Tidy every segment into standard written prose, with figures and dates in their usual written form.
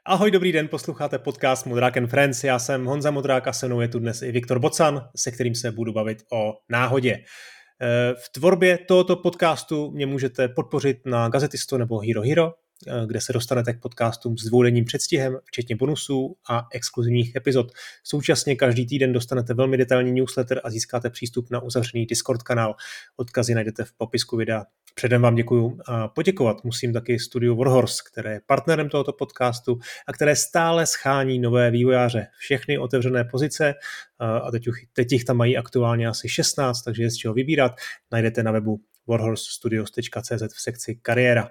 Ahoj, dobrý den, posloucháte podcast Modrák and Friends. Já jsem Honza Modrák a se mnou je tu dnes i Viktor Bocan, se kterým se budu bavit o náhodě. V tvorbě tohoto podcastu mě můžete podpořit na Gazetisto nebo Hero Hero, kde se dostanete k podcastům s dvoudenním předstihem, včetně bonusů a exkluzivních epizod. Současně každý týden dostanete velmi detailní newsletter a získáte přístup na uzavřený Discord kanál. Odkazy najdete v popisku videa. Předem vám děkuju a poděkovat musím taky studiu Warhorse, které je partnerem tohoto podcastu a které stále schání nové vývojáře. Všechny otevřené pozice a teď jich tam mají aktuálně asi 16, takže je z čeho vybírat. Najdete na webu warhorsestudios.cz v sekci kariéra.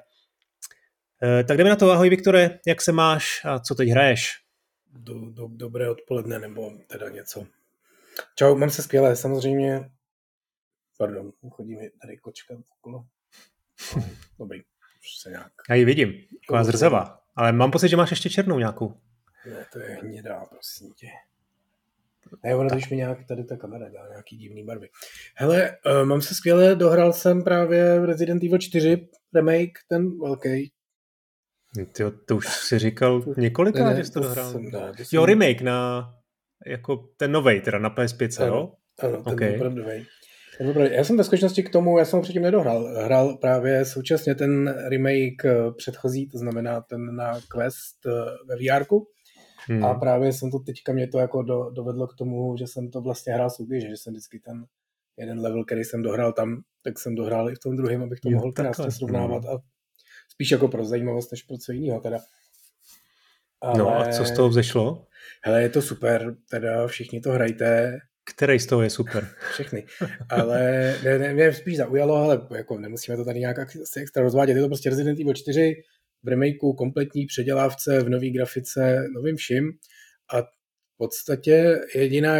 Tak jdeme na to. Ahoj Viktore, jak se máš a co teď hraješ? Dobré odpoledne, nebo teda něco. Čau, mám se skvěle, samozřejmě. Pardon, chodí mi tady kočka okolo. Dobrý, už se nějak. Já ji vidím, taková zrzavá, ale mám pocit, že máš ještě černou nějakou. Ne, to je hnědá, prosím tě. Ne, ono když mi nějak tady ta kamera dělá nějaký divný barvy. Hele, mám se skvěle, dohrál jsem právě Resident Evil 4 remake, ten velký. Tyjo, to už si říkal několikrát, že jsi to dohrál. Jo, remake na, jako ten novej, teda na PS5, jo? Ano, ten opravdovej. Já jsem ve skutečnosti k tomu, já jsem ho předtím nedohrál. Hrál právě současně ten remake předchozí, to znamená ten na Quest ve VR-ku. A právě jsem to teďka, mě to jako dovedlo k tomu, že jsem to vlastně hrál souběžně, že jsem vždycky ten jeden level, který jsem dohrál tam, tak jsem dohrál i v tom druhém, abych to mohl krásně srovnávat a spíš jako pro zajímavost, než pro co jiného teda. Ale... No a co z toho vzešlo? Hele, je to super, teda všichni to hrajte. Který z toho je super? Všechny. Ale mě spíš zaujalo, ale jako nemusíme to tady nějak asi extra rozvádět. Je to prostě Resident Evil 4 v remakeu, kompletní předělávce, v nový grafice, novým vším. A v podstatě jediná,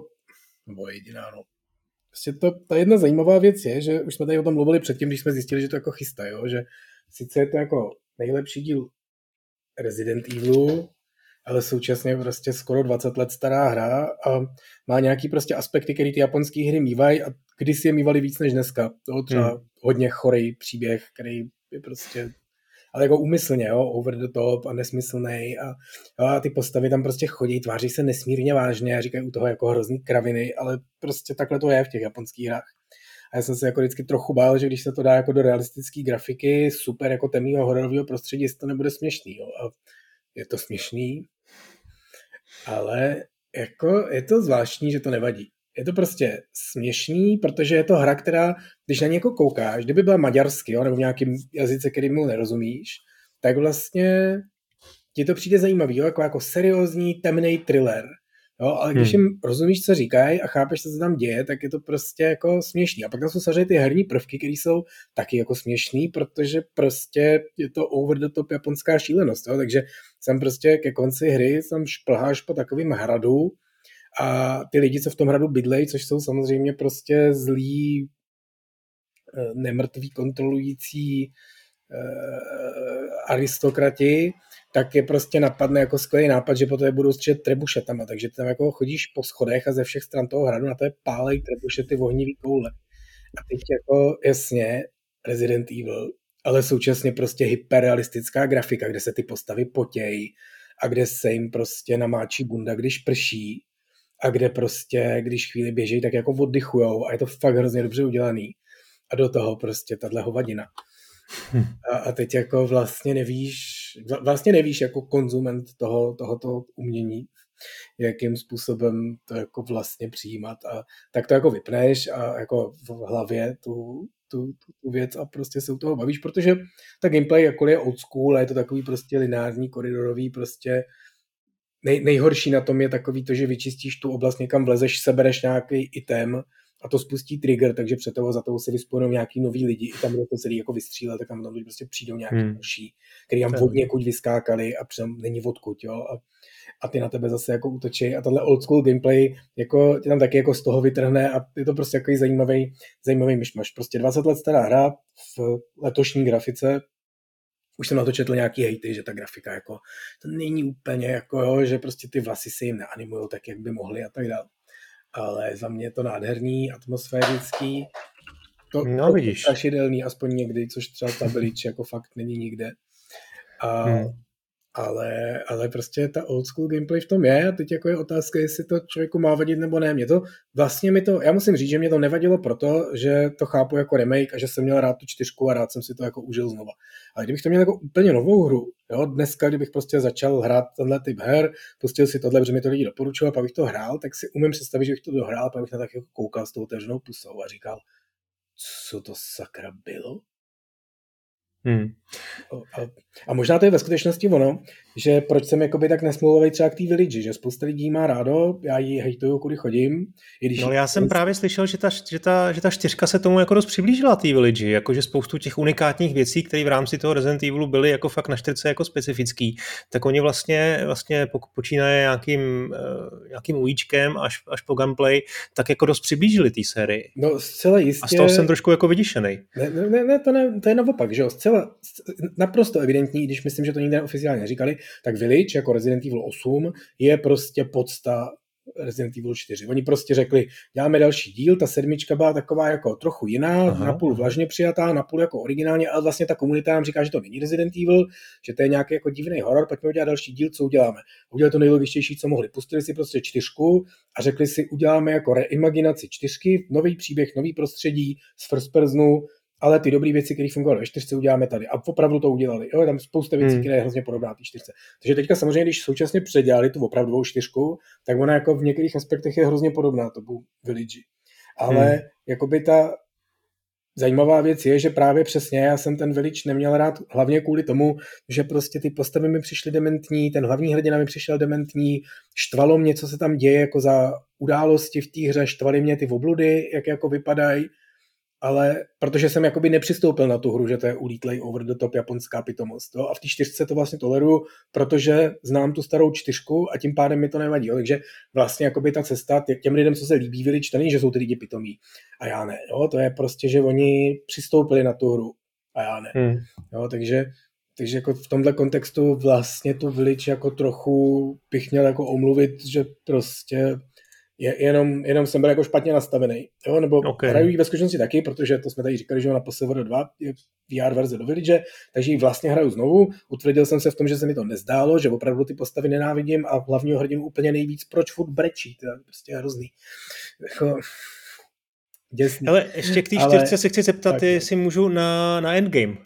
prostě ta jedna zajímavá věc je, že už jsme tady o tom mluvili předtím, když jsme zjistili, že to jako chystá, jo? Že sice je to jako nejlepší díl Resident Evilu, ale současně prostě skoro 20 let stará hra a má nějaký prostě aspekty, které ty japonské hry mívají a kdysi je mývali víc než dneska. To třeba hodně chorej příběh, který je prostě, ale jako úmyslně, jo, over the top a nesmyslnej a ty postavy tam prostě chodí, tváří se nesmírně vážně a říkají u toho jako hrozný kraviny, ale prostě takhle to je v těch japonských hrách. A já jsem se jako vždycky trochu bál, že když se to dá jako do realistické grafiky, super jako temného hororového prostředí, jestli to nebude směšný, jo. A je to směšný, ale jako je to zvláštní, že to nevadí. Je to prostě směšný, protože je to hra, která, když na něko koukáš, kdyby byla maďarsky, jo, nebo v nějakém jazyce, kterýmu nerozumíš, tak vlastně ti to přijde zajímavý, jo, jako seriózní, temnej thriller. Jo, ale když jim rozumíš, co říkají a chápeš, co se tam děje, tak je to prostě jako směšný. A pak tam jsou samozřejmě ty herní prvky, které jsou taky jako směšný, protože prostě je to over the top japonská šílenost. Jo? Takže jsem prostě ke konci hry tam šplháš po takovým hradu a ty lidi, co v tom hradu bydlejí, což jsou samozřejmě prostě zlí, nemrtví kontrolující aristokrati, tak je prostě napadne jako skvělý nápad, že potom budou střílet trebušetama, takže ty tam jako chodíš po schodech a ze všech stran toho hradu na té pálej trebušety ohnivý koule. A teď jako jasně Resident Evil, ale současně prostě hyperrealistická grafika, kde se ty postavy potějí a kde se jim prostě namáčí bunda, když prší a kde prostě, když chvíli běží, tak jako oddychujou a je to fakt hrozně dobře udělaný. A do toho prostě tahle hovadina. A teď jako vlastně nevíš jako konzument tohoto umění, jakým způsobem to jako vlastně přijímat a tak to jako vypneš a jako v hlavě tu věc a prostě se u toho bavíš, protože ta gameplay jakkoliv je old school a je to takový prostě lineární, koridorový prostě nejhorší na tom je takový to, že vyčistíš tu oblast, někam vlezeš, sebereš nějaký item a to spustí trigger, takže před toho za toho se vyspojenou nějaký noví lidi, i tam kdo to celý jako vystřílet, tak tam prostě přijdou nějaký další, který tam od někud vyskákali a přem není odkud, jo, a ty na tebe zase jako útočí a tahle old school gameplay jako tě tam taky jako z toho vytrhne a je to prostě takový zajímavý myšmaš. Prostě 20 let stará hra v letošní grafice. Už jsem na to četl nějaký hejty, že ta grafika jako to není úplně jako, jo, že prostě ty vlasy se jim neanimujou tak, jak by mohly a tak dále. Ale za mě je to nádherný, atmosférický, to strašidelný, aspoň někdy, což třeba ta Bleach jako fakt není nikde. A ale prostě ta old school gameplay v tom je a teď jako je otázka, jestli to člověku má vadit nebo ne. Já musím říct, že mě to nevadilo proto, že to chápu jako remake a že jsem měl rád tu 4 a rád jsem si to jako užil znova. Ale kdybych to měl jako úplně novou hru, jo, dneska, kdybych prostě začal hrát tenhle typ her, pustil si tohle, protože mi to lidi doporučilo, a pak bych to hrál, tak si umím představit, že bych to dohrál, pak bych na tak jako koukal s tou otevřenou pusou a říkal, co to sakra bylo? A možná to je ve skutečnosti ono, že proč jsem jakoby tak nesmlouvavý třeba k té Village, že spousta lidí má rádo, já ji hejtuju, kudy chodím. No já jsem právě slyšel, že ta 4 se tomu jako dost přiblížila té Village, jakože spoustu těch unikátních věcí, které v rámci toho Resident Evilu byly jako fakt na 4 jako specifický, tak oni vlastně počínaje nějakým ujíčkem až po gameplay, tak jako dost přiblížili té sérii. No zcela jistě. A z toho jsem trošku jako vyděšenej. Ne, to je naopak, že jo, naprosto evidentní, když myslím, že to nikdy oficiálně neříkali, tak Village jako Resident Evil 8 je prostě podsta Resident Evil 4. Oni prostě řekli, děláme další díl, ta 7 byla taková jako trochu jiná, napůl vlažně přijatá, napůl jako originálně, ale vlastně ta komunita nám říká, že to není Resident Evil, že to je nějaký jako divný horor, pojďme udělat další díl, co uděláme. Udělali to nejlogičtější, co mohli. Pustili si prostě 4 a řekli si, uděláme jako reimaginaci 4, nový příběh, nový prostředí z first personu, ale ty dobré věci, které fungovaly ve 4, uděláme tady. A opravdu to udělali. Jo, je tam spousta věcí, které je hrozně podobná té 4. Takže teďka samozřejmě, když současně předělali tu opravdovou 4, tak ona jako v některých aspektech je hrozně podobná tomu Village. Ale jakoby ta zajímavá věc je, že právě přesně já jsem ten Village neměl rád hlavně kvůli tomu, že prostě ty postavy mi přišly dementní, ten hlavní hrdina mi přišel dementní, štvalo mě, co se tam děje jako za události v té hře, štvaly mě ty obludy, jak jako vypadají. Ale protože jsem jakoby nepřistoupil na tu hru, že to je ulítlej over the top japonská pitomost. Jo? A v té 4 to vlastně toleruju, protože znám tu starou 4 a tím pádem mi to nevadí. Jo? Takže vlastně jakoby ta cesta těm lidem, co se líbí Village, to není, že jsou ty lidi pitomí. A já ne. Jo? To je prostě, že oni přistoupili na tu hru a já ne. Jo? Takže jako v tomhle kontextu vlastně tu Village jako trochu bych měl jako omluvit, že prostě jenom jsem byl jako špatně nastavený. Jo? Nebo hraju ji ve skutečnosti taky, protože to jsme tady říkali, že na PSVR 2 je VR verze do Village, takže ji vlastně hraju znovu. Utvrdil jsem se v tom, že se mi to nezdálo, že opravdu ty postavy nenávidím a hlavního hrdinu úplně nejvíc, proč furt brečí. To je prostě hrozný. Jako děsný. Ale ještě k té 4 se chci zeptat, jestli můžu na endgame.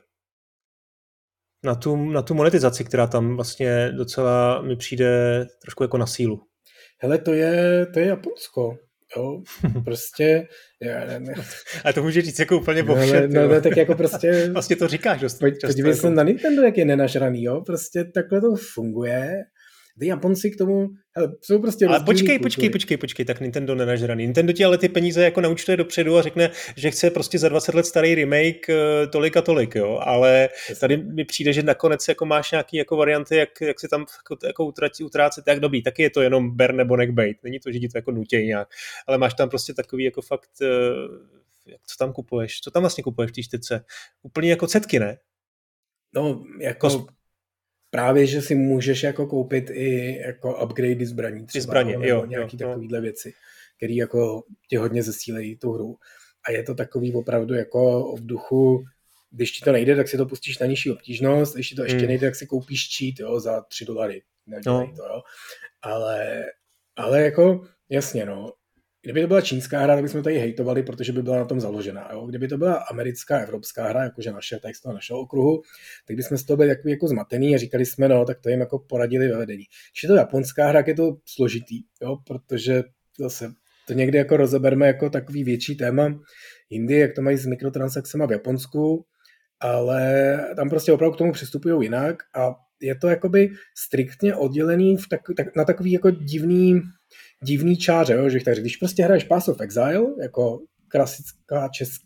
Na tu monetizaci, která tam vlastně docela mi přijde trošku jako na sílu. Hele, to je Japonsko. Jo, prostě... A to může říct jako úplně bohšet. No, tak jako prostě... Vlastně to říkáš dost. Podívej se na Nintendo, jak je nenažraný, jo. Prostě takhle to funguje. Ty Japonci k tomu... Hele, jsou prostě... Ale počkej, tak Nintendo nenažraný. Nintendo ti ale ty peníze jako naúčtuje dopředu a řekne, že chce prostě za 20 let starý remake tolik a tolik, jo. Ale tady mi přijde, že nakonec jako máš nějaký jako varianty, jak si tam jako utrácet, tak dobrý, taky je to jenom ber nebo neckbait. Není to, že ti to jako nutěj nějak. Ale máš tam prostě takový jako fakt, co tam kupuješ? Co tam vlastně kupuješ v té 4? Úplně jako cetky, ne? No, jako... Právě, že si můžeš jako koupit i jako upgradey zbraní třeba, zbraně, nebo nějaký takovýhle věci, které jako tě hodně zesílejí tu hru. A je to takový opravdu jako v duchu, když ti to nejde, tak si to pustíš na nižší obtížnost, když ti to ještě nejde, tak si koupíš cheat, jo, za $3. Nedělej to, jo. Ale jako, jasně, no. Kdyby to byla čínská hra, tak bychom tady hejtovali, protože by byla na tom založená. Jo? Kdyby to byla americká, evropská hra, jakože naše, tak z toho našeho okruhu, tak bychom z toho byli takový jako zmatený a říkali jsme, no, tak to jim jako poradili ve vedení. Když je to japonská hra, tak je to složitý, jo? Protože zase to někdy jako rozeberme jako takový větší téma jindy, jak to mají s mikrotransakcemi v Japonsku, ale tam prostě opravdu k tomu přistupují jinak a je to jakoby striktně oddělený na takový jako divný čáře, jo, že tak, když prostě hraješ Path of Exile, jako klasická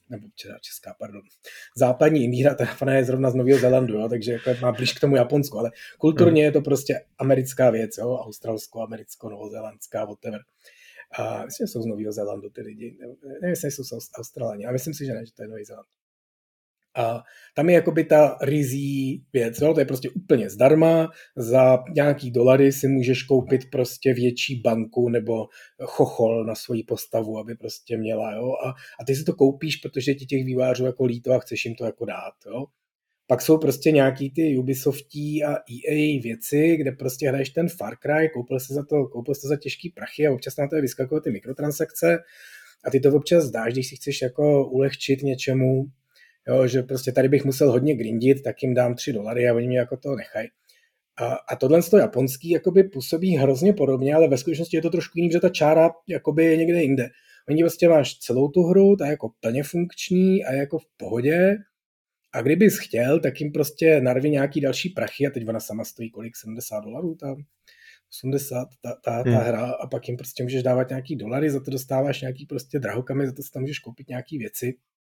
západní Indíra, ta je zrovna z Nového Zélandu, jo, takže jako má blíž k tomu Japonsku, ale kulturně je to prostě americká věc, jo, australsko, americko, novozélandská, whatever. A myslím, že jsou z Nového Zélandu ty lidi, nevím, jestli jsou z Australani, a myslím si, že ne, že to je Nový Zéland. A tam je jakoby ta rizí věc, jo? To je prostě úplně zdarma, za nějaký dolary si můžeš koupit prostě větší banku nebo chochol na svoji postavu, aby prostě měla, jo? A ty si to koupíš, protože ti těch vývářů jako líto a chceš jim to jako dát, jo? Pak jsou prostě nějaký ty Ubisoftí a EA věci, kde prostě hraješ ten Far Cry, koupil jsi to za těžký prachy a občas na to vyskakují ty mikrotransakce a ty to občas dáš, když si chceš jako ulehčit něčemu, jo, že prostě tady bych musel hodně grindit, tak jim dám $3 a oni mě jako to nechají. A tohle z toho japonský jakoby působí hrozně podobně, ale ve skutečnosti je to trošku jiný, že ta čára jakoby je někde jinde. Oni prostě máš celou tu hru, ta je jako plně funkční a je jako v pohodě. A kdybys chtěl, tak jim prostě narvi nějaký další prachy a teď ona sama stojí kolik? $70 tam? 80 ta hra a pak jim prostě můžeš dávat nějaký dolary, za to dostáváš nějaký prostě drahokamy, za to si tam můžeš koupit nějaký věci.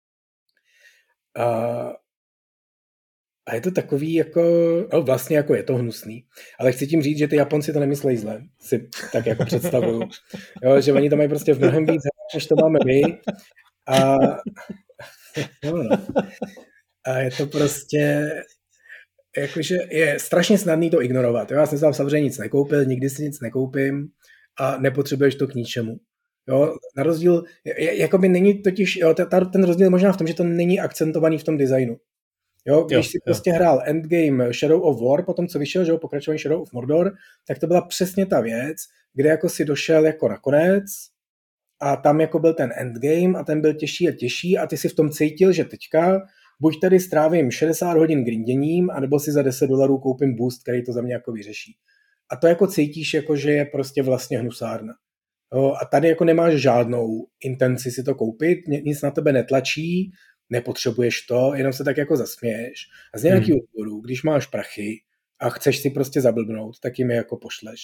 A je to takový jako, no vlastně jako je to hnusný, ale chci tím říct, že ty Japonci to nemyslejí zle, si tak jako představuju. Jo, že oni to mají prostě v mnohem víc, než to máme my. A je to prostě, jakože je strašně snadný to ignorovat. Jo? Já jsem samozřejmě nic nekoupil, nikdy si nic nekoupím a nepotřebuješ to k ničemu. Jo? Na rozdíl, jakoby není totiž, jo, ten rozdíl je možná v tom, že to není akcentovaný v tom designu. Jo, když si prostě hrál Endgame Shadow of War, potom co vyšel, že jo, pokračování Shadow of Mordor, tak to byla přesně ta věc, kde jako si došel jako nakonec a tam jako byl ten Endgame a ten byl těžší a těžší a ty si v tom cítil, že teďka buď tady strávím 60 hodin grinděním, anebo si za $10 koupím boost, který to za mě jako vyřeší. A to jako cítíš, jako že je prostě vlastně hnusárna. Jo, a tady jako nemáš žádnou intenci si to koupit, nic na tebe netlačí, nepotřebuješ to, jenom se tak jako zasměješ. A z nějakého důvodu, když máš prachy a chceš si prostě zablbnout, tak jim je jako pošleš.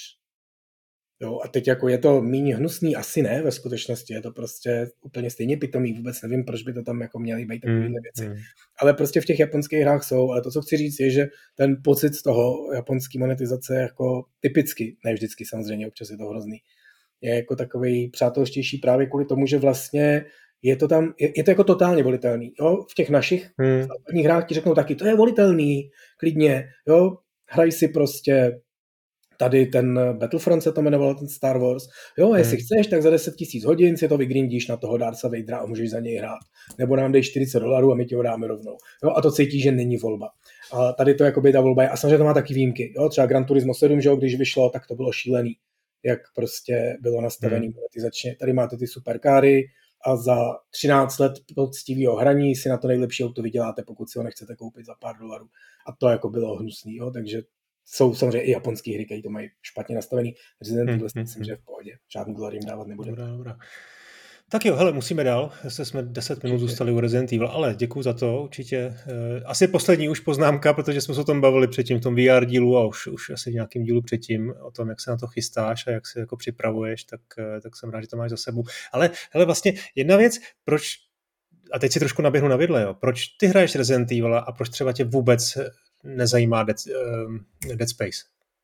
Jo, a teď jako je to míň hnusný, asi ne, ve skutečnosti je to prostě úplně stejně pitomý, vůbec nevím, proč by to tam jako měly být takovéhle věci. Ale prostě v těch japonských hrách jsou, ale to, co chci říct, je, že ten pocit z toho japonský monetizace jako typicky, ne vždycky samozřejmě, občas je to hrozný, je jako takovej přátelštější právě kvůli tomu, že vlastně je to tam, je to jako totálně volitelný. Jo? V těch našich západních hrách ti řeknou taky, to je volitelný, klidně, jo, hraj si prostě tady ten Battlefront se to jmenoval, ten Star Wars. Jo, jestli chceš, tak za 10 000 hodin si to vygrindíš na toho Dartha Vadera a můžeš za něj hrát. Nebo nám dej $40 a my ti ho dáme rovnou. Jo, a to cítíš, že není volba. A tady to jakoby ta volba je. A samozřejmě to má taky výjimky. Jo, třeba Gran Turismo 7, že jo, když vyšlo, tak to bylo šílený, jak prostě bylo nastavený monetizačně. Tady máte ty superkáry a za 13 let poctivého hraní si na to nejlepší auto vyděláte, pokud si ho nechcete koupit za pár dolarů. A to jako bylo hnusný, jo, takže jsou samozřejmě i japonský hry, které to mají špatně nastavený. Resident Evil myslím, že je v pohodě. Žádný dolar jim dávat nebude. Dobrá. Tak jo, hele, musíme dál. Jsme 10 minut zůstali u Resident Evil, ale děkuju za to, určitě. Asi poslední už poznámka, protože jsme se o tom bavili předtím v tom VR dílu a už asi v nějakém dílu předtím o tom, jak se na to chystáš a jak se jako připravuješ, tak jsem rád, že to máš za sebou. Ale hele, vlastně jedna věc, proč, a teď si trošku naběhnu na vidle, jo, proč ty hraješ Resident Evil a proč třeba tě vůbec nezajímá Dead Space,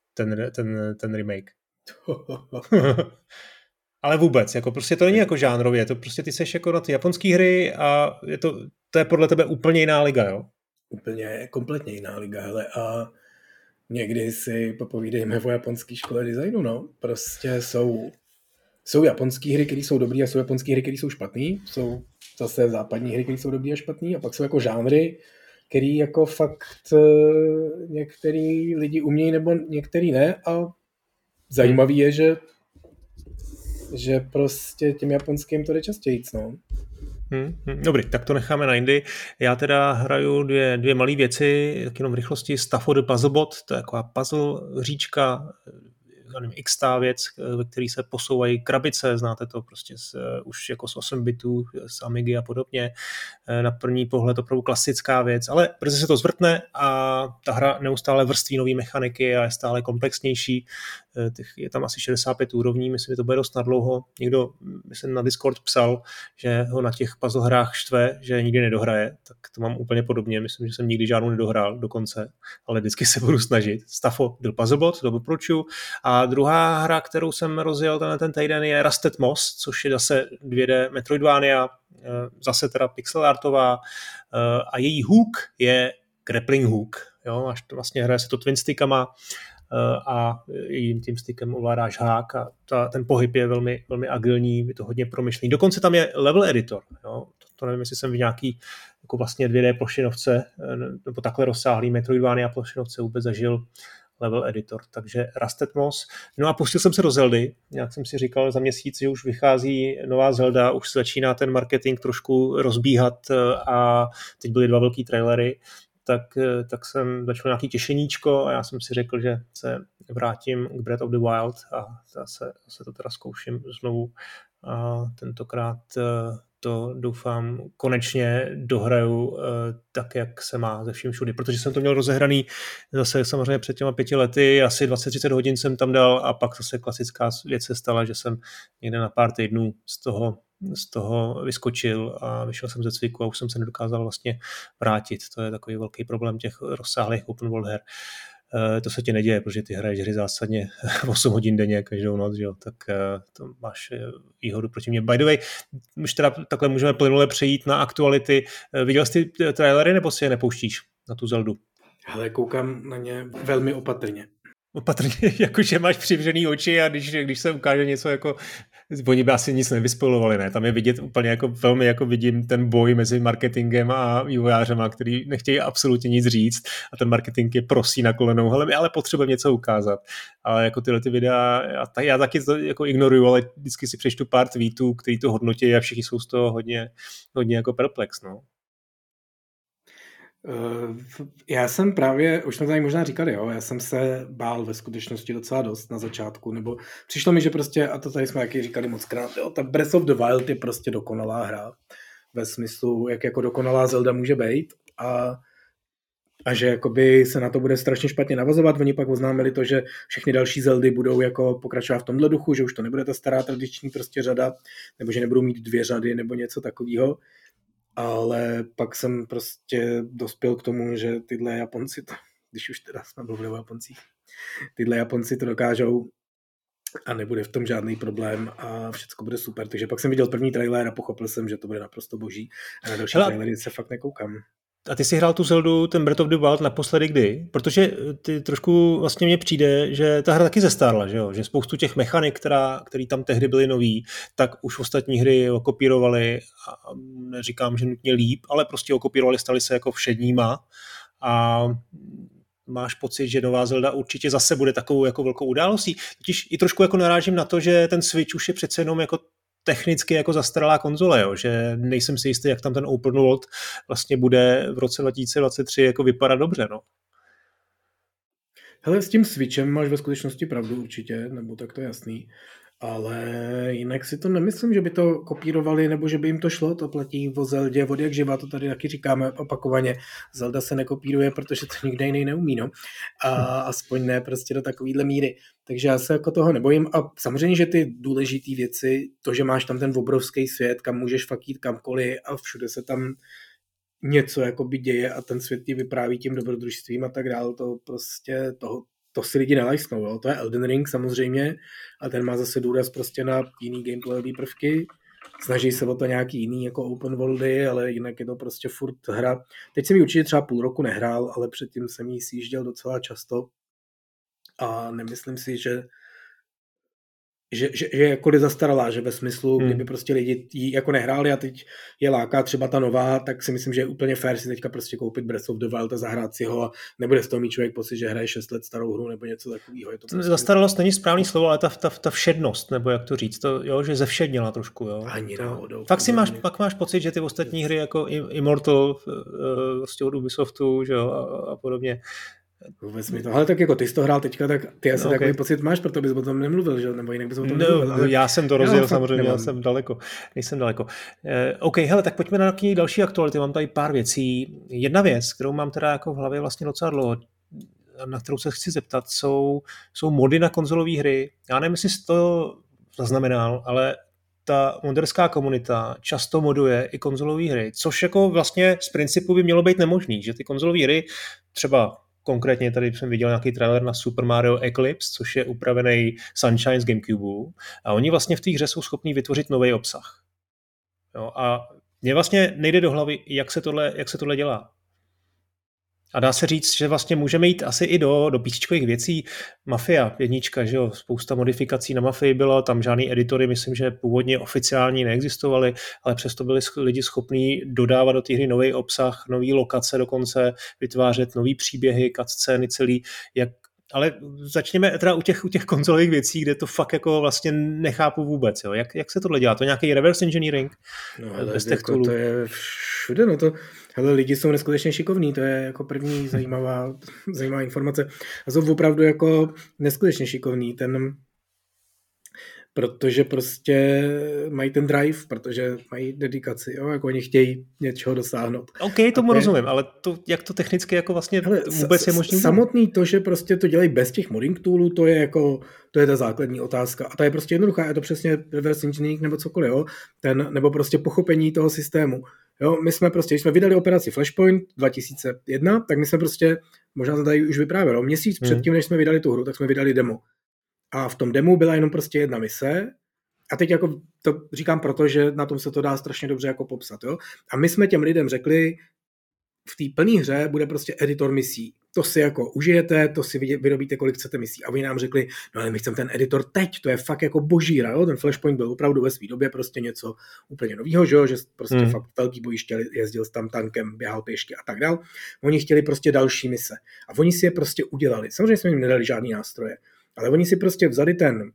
ten remake? Ale vůbec, jako prostě to není jako žánrově, to prostě ty seš jako na ty japonský hry a to je podle tebe úplně jiná liga, jo? Úplně kompletně jiná liga, hele, a někdy si popovídejme o japonské škole designu, no. Prostě jsou japonské hry, které jsou dobrý a jsou japonské hry, které jsou špatný, jsou zase západní hry, které jsou dobrý a špatný a pak jsou jako žánry, který jako fakt některý lidi umějí nebo některý ne a zajímavý je, že prostě těm japonským to jde častěji, no. Dobrý, tak to necháme na jindy. Já teda hraju dvě malé věci, tak jenom v rychlosti. Staffo the Puzzlebot, to je taková puzzle hříčka, x-tá věc, ve který se posouvají krabice, znáte to prostě už jako z 8 bitů, z Amigy a podobně. Na první pohled opravdu klasická věc, ale brzy se to zvrtne a ta hra neustále vrství nový mechaniky a je stále komplexnější. Je tam asi 65 úrovní, myslím, že to bude dost nadlouho. Někdo, myslím, na Discord psal, že ho na těch puzzle hrách štve, že nikdy nedohraje, tak to mám úplně podobně. Myslím, že jsem nikdy žádnou nedohrál dokonce, ale vždycky se budu snažit. Staffo the Puzzlebot, to doporučuji. A druhá hra, kterou jsem rozjel ten týden, je Rusted Moss, což je zase 2D Metroidvania, zase teda pixel artová a její hook je grappling hook. Jo? Až to vlastně hraje se to twin stickama a jedním tím stickem ovládáš hák a ten pohyb je velmi, velmi agilní, je to hodně promyšlený. Dokonce tam je level editor. Jo? To nevím, jestli jsem v nějaký jako vlastně 2D plošinovce nebo takhle rozsáhlý Metroidvania plošinovce vůbec zažil level editor, takže Rusted Moss. No a pustil jsem se do Zeldy, jak jsem si říkal za měsíc, že už vychází nová Zelda, už se začíná ten marketing trošku rozbíhat a teď byly 2 velký trailery, tak jsem začal nějaký těšeníčko a já jsem si řekl, že se vrátím k Breath of the Wild a se to teda zkouším znovu a tentokrát to doufám konečně dohraju tak, jak se má ze vším všudy, protože jsem to měl rozehraný zase samozřejmě před těma 5 lety, asi 20-30 hodin jsem tam dal a pak zase klasická věc se stala, že jsem někde na pár týdnů z toho vyskočil a vyšel jsem ze cviku a už jsem se nedokázal vlastně vrátit. To je takový velký problém těch rozsáhlých open world her. To se ti neděje, protože ty hraješ hry zásadně 8 hodin denně každou noc, jo? Tak to máš výhodu proti mě. By the way, už teda takhle můžeme plynule přejít na aktuality. Viděl jsi ty trailery nebo si je nepouštíš na tu Zeldu? Hele, koukám na ně velmi opatrně. Opatrně, jakože máš přivřený oči a když se ukáže něco jako oni by asi nic nevyspoilovali, ne? Tam je vidět úplně jako velmi jako vidím ten boj mezi marketingem a vývojářema, který nechtějí absolutně nic říct a ten marketing je prosí na kolenou, hele, my ale potřebujeme něco ukázat. Ale jako tyhle ty videa, já taky to jako ignoruju, ale vždycky si přečtu pár tweetů, který to hodnotí a všichni jsou z toho hodně jako perplex, no. Já jsem právě, už jsme to tady možná říkali, jo, já jsem se bál ve skutečnosti docela dost na začátku, nebo přišlo mi, že prostě, a to tady jsme taky říkali mockrát, jo, ta Breath of the Wild je prostě dokonalá hra, ve smyslu, jak jako dokonalá Zelda může být a že jakoby se na to bude strašně špatně navazovat. Oni pak oznámili to, že všechny další Zeldy budou jako pokračovat v tomhle duchu, že už to nebude ta stará tradiční prostě řada, nebo že nebudou mít 2 řady nebo něco takového. Ale pak jsem prostě dospěl k tomu, že tyhle Japonci, když už teda jsme mluvili o Japoncích, tyhle Japonci to dokážou a nebude v tom žádný problém a všechno bude super. Takže pak jsem viděl první trailer a pochopil jsem, že to bude naprosto boží a na další trailery se fakt nekoukám. A ty jsi hrál tu Zeldu, ten Breath of the Wild naposledy kdy? Protože ty trošku vlastně mně přijde, že ta hra taky zestárla, že jo? Že spoustu těch mechanik, který tam tehdy byly nový, tak už ostatní hry okopírovali a neříkám, že nutně líp, ale prostě okopírovali, stali se jako všedníma a máš pocit, že nová Zelda určitě zase bude takovou jako velkou událostí. Totiž i trošku jako narážím na to, že ten Switch už je přece jenom jako technicky jako zastaralá konzole, jo? Že nejsem si jistý, jak tam ten open world vlastně bude v roce 2023 jako vypadat dobře, no. Hele, s tím Switchem máš ve skutečnosti pravdu určitě, nebo tak to je jasný, ale jinak si to nemyslím, že by to kopírovali, nebo že by jim to šlo, to platí o Zeldě, od jak živá, to tady taky říkáme opakovaně, Zelda se nekopíruje, protože to nikde jiný neumí, no. A aspoň ne prostě do takovýhle míry. Takže já se jako toho nebojím a samozřejmě, že ty důležité věci, to, že máš tam ten obrovský svět, kam můžeš fakt jít kamkoliv a všude se tam něco jakoby děje a ten svět ti vypráví tím dobrodružstvím a tak dále, to prostě to si lidi nelajsnou, jo. To je Elden Ring samozřejmě a ten má zase důraz prostě na jiný gameplayové prvky. Snaží se o to nějaký jiný jako open worldy, ale jinak je to prostě furt hra. Teď jsem ji určitě třeba půl roku nehrál, ale předtím jsem ji sjížděl docela často a nemyslím si, že je jako zastaralá, že ve smyslu, kdyby prostě lidi ji jako nehráli a teď je láká třeba ta nová, tak si myslím, že je úplně fair si teďka prostě koupit Breath of the Wild a zahrát si ho a nebude z toho mít člověk pocit, že hraje 6 let starou hru nebo něco takového. Prostě... Zastaralost není správný slovo, ale ta všednost, nebo jak to říct, to, jo, že zevšednila trošku. Jo. Ani náhodou. Pak máš pocit, že ty ostatní hry jako Immortal vlastně od Ubisoftu, že jo, a podobně. Vůbec mi to. Ale tak jako ty jsi to hrál teďka, tak ty asi takový pocit máš, proto bys o tom nemluvil, že? Nebo jinak bys o tom nemluvil. Ale... Já jsem to rozdělil samozřejmě, já jsem daleko. Nejsem daleko. OK, hele, tak pojďme na nějaký další aktuality. Mám tady pár věcí. Jedna věc, kterou mám teda jako v hlavě vlastně docela dlouho, na kterou se chci zeptat, jsou mody na konzolové hry. Já nevím, jestli jsi to zaznamenal, ale ta moderská komunita často moduje i konzolové hry, což jako vlastně z principu by mělo být nemožný, že ty konzolové hry třeba konkrétně tady jsem viděl nějaký trailer na Super Mario Eclipse, což je upravený Sunshine z Gamecube. A oni vlastně v té hře jsou schopní vytvořit nový obsah. Jo, a mně vlastně nejde do hlavy, jak se tohle dělá. A dá se říct, že vlastně můžeme jít asi i do písečkových věcí. Mafia, jednička, že jo, spousta modifikací na Mafii bylo, tam žádný editory, myslím, že původně oficiální neexistovaly, ale přesto byli lidi schopní dodávat do té hry nový obsah, nový lokace dokonce, vytvářet nový příběhy, cutscény celý, ale začněme teda u těch konzolových věcí, kde to fakt jako vlastně nechápu vůbec. Jo. Jak se tohle dělá? To je nějaký reverse engineering? No ale jako to je všude, no to, hele, lidi jsou neskutečně šikovní, to je jako první zajímavá informace. A jsou opravdu jako neskutečně šikovní, protože prostě mají ten drive, protože mají dedikaci, jo, jako oni chtějí něčeho dosáhnout. OK, tomu rozumím, ale jak to technicky jako vlastně vůbec je možné? Samotný to, že prostě to dělají bez těch modding toolů, to je ta základní otázka. A ta je prostě jednoduchá, je to přesně reverse engineering nebo cokoliv, jo, nebo prostě pochopení toho systému. Jo, my jsme prostě, když jsme vydali operaci Flashpoint 2001, tak my jsme prostě, možná to tady už vyprávělo, měsíc předtím, než jsme vydali tu hru, tak jsme vydali demo. A v tom demu byla jenom prostě jedna mise. A teď jako to říkám proto, že na tom se to dá strašně dobře jako popsat. Jo? A my jsme těm lidem řekli, v té plné hře bude prostě editor misí. To si jako užijete, to si vyrobíte, kolik chcete misí. A oni nám řekli, no ale my chceme ten editor teď, to je fakt jako božíra. Jo? Ten Flashpoint byl opravdu ve své době prostě něco úplně novýho, že prostě fakt velký bojiště, jezdil tam tankem, běhal pěšky a tak dál. Oni chtěli prostě další mise. A oni si je prostě udělali. Samozřejmě jsme jim nedali žádný nástroje. Ale oni si prostě vzali ten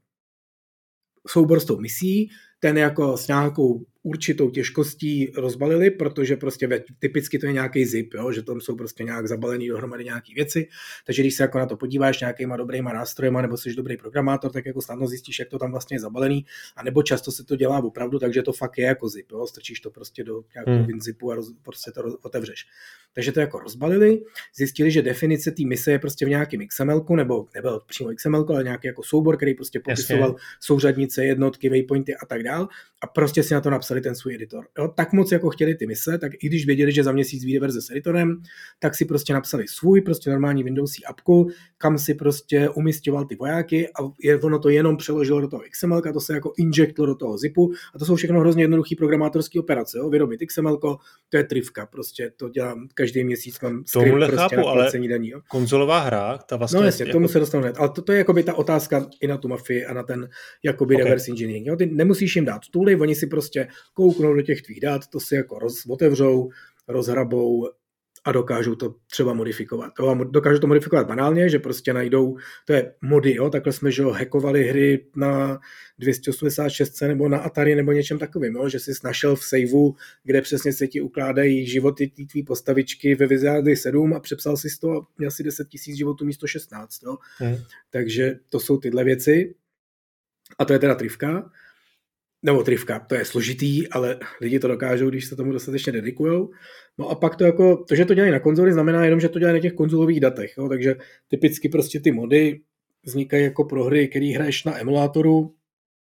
soubor s tou misí, ten jako s nějakou určitou těžkostí rozbalili, protože prostě typicky to je nějaký zip, jo? Že tam jsou prostě nějak zabalený dohromady nějaký věci, takže když se jako na to podíváš nějakýma dobrýma nástrojema nebo jsi dobrý programátor, tak jako snadno zjistíš, jak to tam vlastně je zabalený, a nebo často se to dělá opravdu, takže to fakt je jako zip, jo? Strčíš to prostě do nějakého WinZipu a prostě to otevřeš. Takže to jako rozbalili, zjistili, že definice té mise je prostě v nějakém XML-ku, nebo nebyl přímo XML, ale nějaký jako soubor, který prostě popisoval souřadnice, jednotky, waypointy a tak dál, a prostě si na to napsali ten svůj editor. Jo, tak moc jako chtěli ty mise, tak i když věděli, že za měsíc vyjde verze s editorem, tak si prostě napsali svůj prostě normální Windowsí apku, kam si prostě umisťoval ty vojáky, a ono to jenom přeložilo do toho XML, to se jako injektlo do toho zipu, a to jsou všechno hrozně jednoduchý programátorský operace, jo? Vyrobit XML, to je trivka, prostě to dělám každý měsíc, mám skript prostě chápu, na placení daní. Jo? Konzolová hra, ta vlastně... No jasně, tomu se dostanu hned, ale to je jakoby ta otázka i na tu Mafii a na ten jakoby reverse engineering. Jo? Ty nemusíš jim dát tooly, oni si prostě kouknou do těch tvých dat, to si jako otevřou, rozhrabou a dokážou to třeba modifikovat. Dokážou to modifikovat banálně, že prostě najdou, to je mody, jo? Takhle jsme že hackovali hry na 286 nebo na Atari nebo něčem takovým, jo? Že jsi našel v saveu, kde přesně se ti ukládají životy té tvý postavičky ve Wizardy 7 a přepsal si to a měl si 10 000 životů místo 16. Jo? Takže to jsou tyhle věci a to je teda trivka. Nebo trivka, to je složitý, ale lidi to dokážou, když se tomu dostatečně dedikujou. No a pak to, že to dělají na konzoli, znamená jenom, že to dělají na těch konzolových datech. Jo? Takže typicky prostě ty mody vznikají jako pro hry, které hraješ na emulátoru,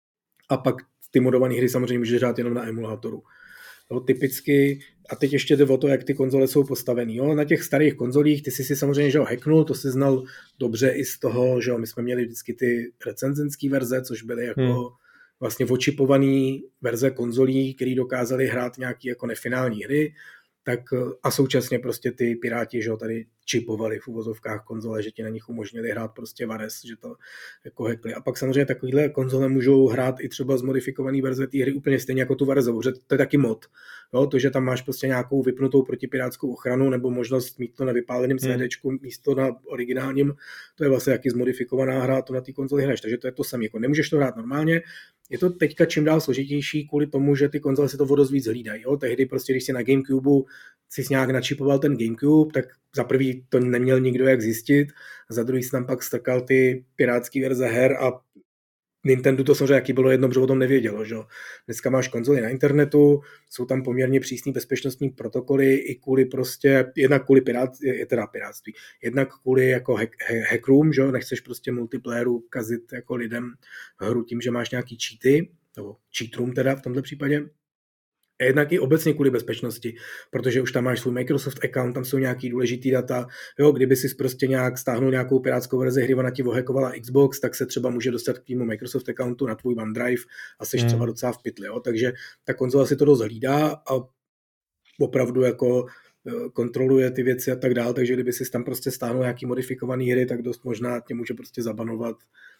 a pak ty modované hry samozřejmě můžeš hrát jenom na emulátoru. Jo, typicky, a teď ještě jde o to, jak ty konzole jsou postavený. Jo? Na těch starých konzolích ty jsi samozřejmě že ho hacknul, to si znal dobře i z toho, že my jsme měli vždycky ty recenzenské verze, což byly jako vlastně očipované verze konzolí, které dokázaly hrát nějaké jako nefinální hry, tak a současně prostě ty piráti, že ho tady čipovali v uvozovkách konzole, že ti na nich umožnili hrát prostě Vares, že to jako hackli. A pak samozřejmě takovýhle konzole můžou hrát i třeba z modifikované verze té hry úplně stejně jako tu Varesovou, že to je taky mod. Jo, to, že tam máš prostě nějakou vypnutou protipirátskou ochranu nebo možnost mít to na vypáleném CDčku místo na originálním, to je vlastně jaký zmodifikovaná hra, to na té konzoli hraješ, takže to je to samé. Jako nemůžeš to hrát normálně. Je to teďka čím dál složitější kvůli tomu, že ty konzole se to o dost víc hlídají. Jo? Tehdy prostě, když si na Gamecube si nějak načipoval ten Gamecube, tak za prvý to neměl nikdo jak zjistit, za druhý si tam pak strkal ty pirátský verze her a Nintendo to samozřejmě jaký bylo jedno, že o tom nevědělo. Že? Dneska máš konzoli na internetu, jsou tam poměrně přísný bezpečnostní protokoly i kvůli prostě, jednak kvůli pirátství, jednak kvůli jako hackroom, že? Nechceš prostě multiplayeru kazit jako lidem hru tím, že máš nějaký cheaty, nebo cheat room teda v tomto případě. A jednak i obecně kvůli bezpečnosti, protože už tam máš svůj Microsoft account, tam jsou nějaký důležitý data, jo, kdyby si prostě nějak stáhnul nějakou pirátskou verzi hry, ona ti ohackovala Xbox, tak se třeba může dostat k týmu Microsoft accountu na tvůj OneDrive a seš třeba docela v pytli, jo, takže ta konzola si to dost hlídá a opravdu jako kontroluje ty věci a tak dále, takže kdyby si tam prostě stáhnul nějaký modifikovaný hry, tak dost možná tě může prostě zabanovat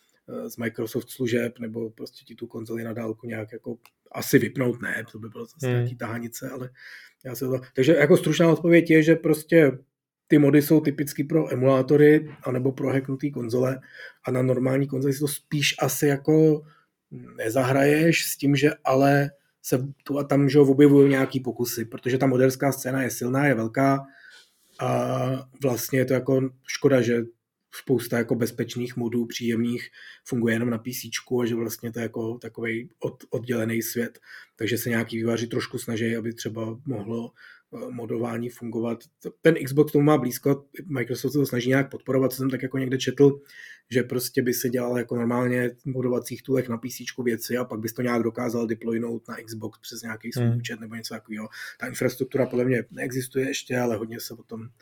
z Microsoft služeb, nebo prostě ti tu konzoli na dálku nějak jako asi vypnout, ne, to by bylo zase nějaký tahanice, ale já se to... Takže jako stručná odpověď je, že prostě ty mody jsou typicky pro emulátory anebo pro hacknutý konzole a na normální konzoli si to spíš asi jako nezahraješ s tím, že ale se tu a tam že objevují nějaký pokusy, protože ta moderská scéna je silná, je velká a vlastně je to jako škoda, že spousta jako bezpečných modů, příjemných, funguje jenom na PCčku a že vlastně to je jako takovej oddělený svět. Takže se nějaký vývojáři trošku snaží, aby třeba mohlo modování fungovat. Ten Xbox tomu má blízko, Microsoft se to snaží nějak podporovat, co jsem tak jako někde četl, že prostě by se dělal jako normálně v modovacích toolech na PCčku věci a pak bys to nějak dokázal deploynout na Xbox přes nějaký svůj účet nebo něco takového. Ta infrastruktura podle mě neexistuje ještě, ale hodně se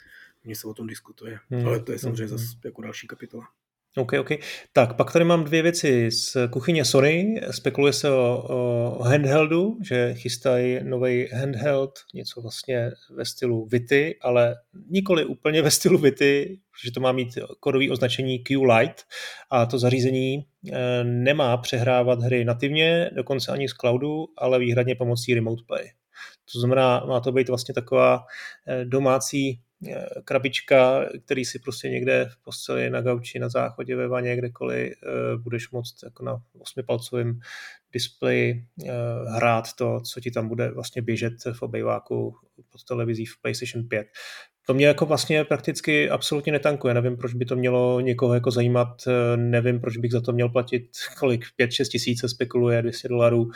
o tom diskutuje. Ale to je samozřejmě zase jako další kapitola. OK. Tak, pak tady mám dvě věci z kuchyně Sony. Spekuluje se o handheldu, že chystají nový handheld, něco vlastně ve stylu Vity, ale nikoli úplně ve stylu Vity, že to má mít kódové označení Q-Lite a to zařízení nemá přehrávat hry nativně, dokonce ani z cloudu, ale výhradně pomocí Remote Play. To znamená, má to být vlastně taková domácí krabička, který si prostě někde v posteli, na gauči, na záchodě, ve vaně, kdekoliv budeš moct jako na 8palcovém displeji hrát to, co ti tam bude vlastně běžet v obejváku pod televizí v PlayStation 5. To mě jako vlastně prakticky absolutně netankuje. Nevím, proč by to mělo někoho jako zajímat. Nevím, proč bych za to měl platit kolik, 5-6 tisíc se spekuluje, $200.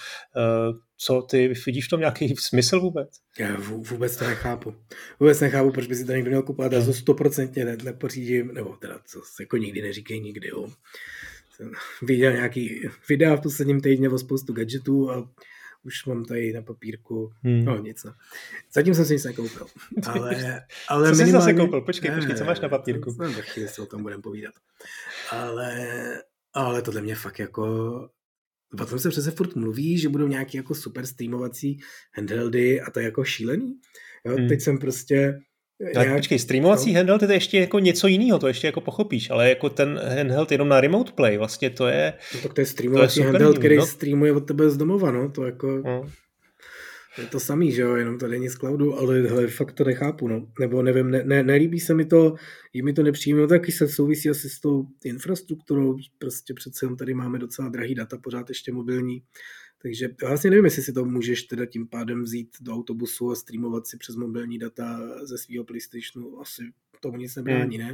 Co ty vidíš v tom nějaký smysl vůbec? Já vůbec to nechápu. Vůbec nechápu, proč by si to někdo měl kupovat. Já to 100% nepořídím, nebo teda co jako nikdy neříkej nikdy. Jo. Jsem viděl nějaký videa v posledním týdně o spoustu gadgetů a už mám tady na papírku, no nic. No. Zatím jsem si nic nekoupil. Ale co jsi zase koupil? Počkej, co máš na papírku? Za chvíli se o tom budeme povídat. Ale tohle mě fakt jako... Potom se přece furt mluví, že budou nějaký jako super streamovací handheldy a to je jako šílený. Jo, teď jsem prostě... Tak počkej, streamovací handheld je ještě jako něco jiného, to ještě jako pochopíš, ale jako ten handheld jenom na remote play, vlastně to je... No tak to je streamovací handheld, který streamuje od tebe z domova, no, to jako... Je to samý, že jo, jenom to není z cloudu, ale hele, fakt to nechápu, no. Nebo nevím, nelíbí se mi to, je mi to nepříjemné, no, taky se souvisí asi s tou infrastrukturou, prostě přece tady máme docela drahý data, pořád ještě mobilní, takže já vlastně nevím, jestli si to můžeš teda tím pádem vzít do autobusu a streamovat si přes mobilní data ze svého PlayStationu, asi tomu nic nebrání, ne?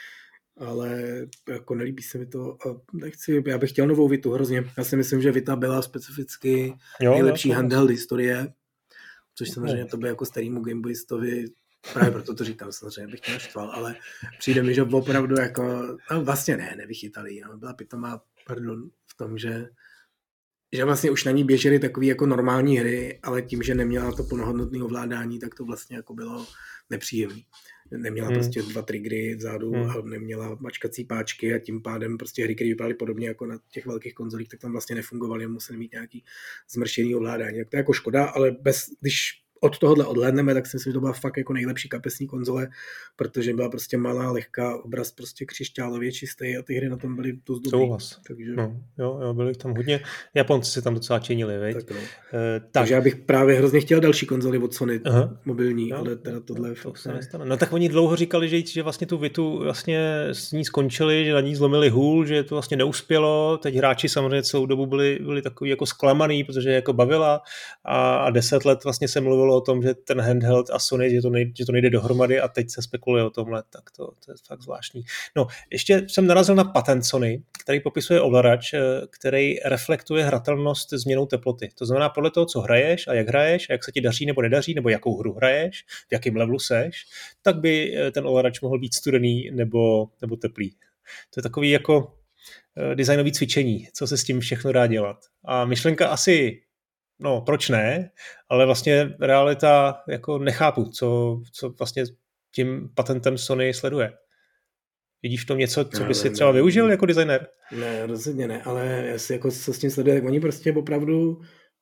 Ale jako nelíbí se mi to a nechci, já bych chtěl novou Vitu hrozně. Já si myslím, že Vita byla specificky nejlepší handheld historie, což samozřejmě to by jako starýmu Gameboyistovi, právě proto to říkám, samozřejmě bych to naštval, ale přijde mi, že opravdu jako, no vlastně nevychytali, no, byla pitomá, v tom, že vlastně už na ní běžely takové jako normální hry, ale tím, že neměla to plnohodnotné ovládání, tak to vlastně jako bylo nepříjemné. Neměla prostě 2 triggery vzadu a neměla mačkací páčky a tím pádem prostě hry, které vypadaly podobně jako na těch velkých konzolích, tak tam vlastně nefungovaly a museli mít nějaký zmrštěný ovládání. Tak to je jako škoda, ale když od tohohle odhlédneme, tak si myslím, že to byla fakt jako nejlepší kapesní konzole, protože byla prostě malá, lehká, obraz prostě křišťálově čistý a ty hry na tom byly dost dobrý. Souhlas. Takže... No, jo, byli tam hodně. Japonci si tam docela činili, veď? Tak, no. Takže já bych právě hrozně chtěl další konzoli od Sony, mobilní, no, ale teda tohle to se nestane. No tak oni dlouho říkali, že vlastně tu Vitu vlastně s ní skončili, že na ní zlomili hůl, že to vlastně neuspělo. Teď hráči samozřejmě celou dobu byli takový jako zklamaný, protože jako bavila a 10 let vlastně se mluvilo o tom, že ten handheld a Sony, že to nejde dohromady a teď se spekuluje o tomhle, tak to je fakt zvláštní. No, ještě jsem narazil na patent Sony, který popisuje ovladač, který reflektuje hratelnost změnou teploty. To znamená podle toho, co hraješ a jak se ti daří nebo nedaří, nebo jakou hru hraješ, v jakém levelu seš, tak by ten ovladač mohl být studený nebo teplý. To je takový jako designový cvičení, co se s tím všechno dá dělat. A myšlenka asi no, proč ne, ale vlastně realita jako nechápu, co vlastně tím patentem Sony sleduje. Vidíš v tom něco, co by si třeba využil jako designer? Ne, rozhodně ne, ale já si jako co s tím sleduje, tak oni prostě opravdu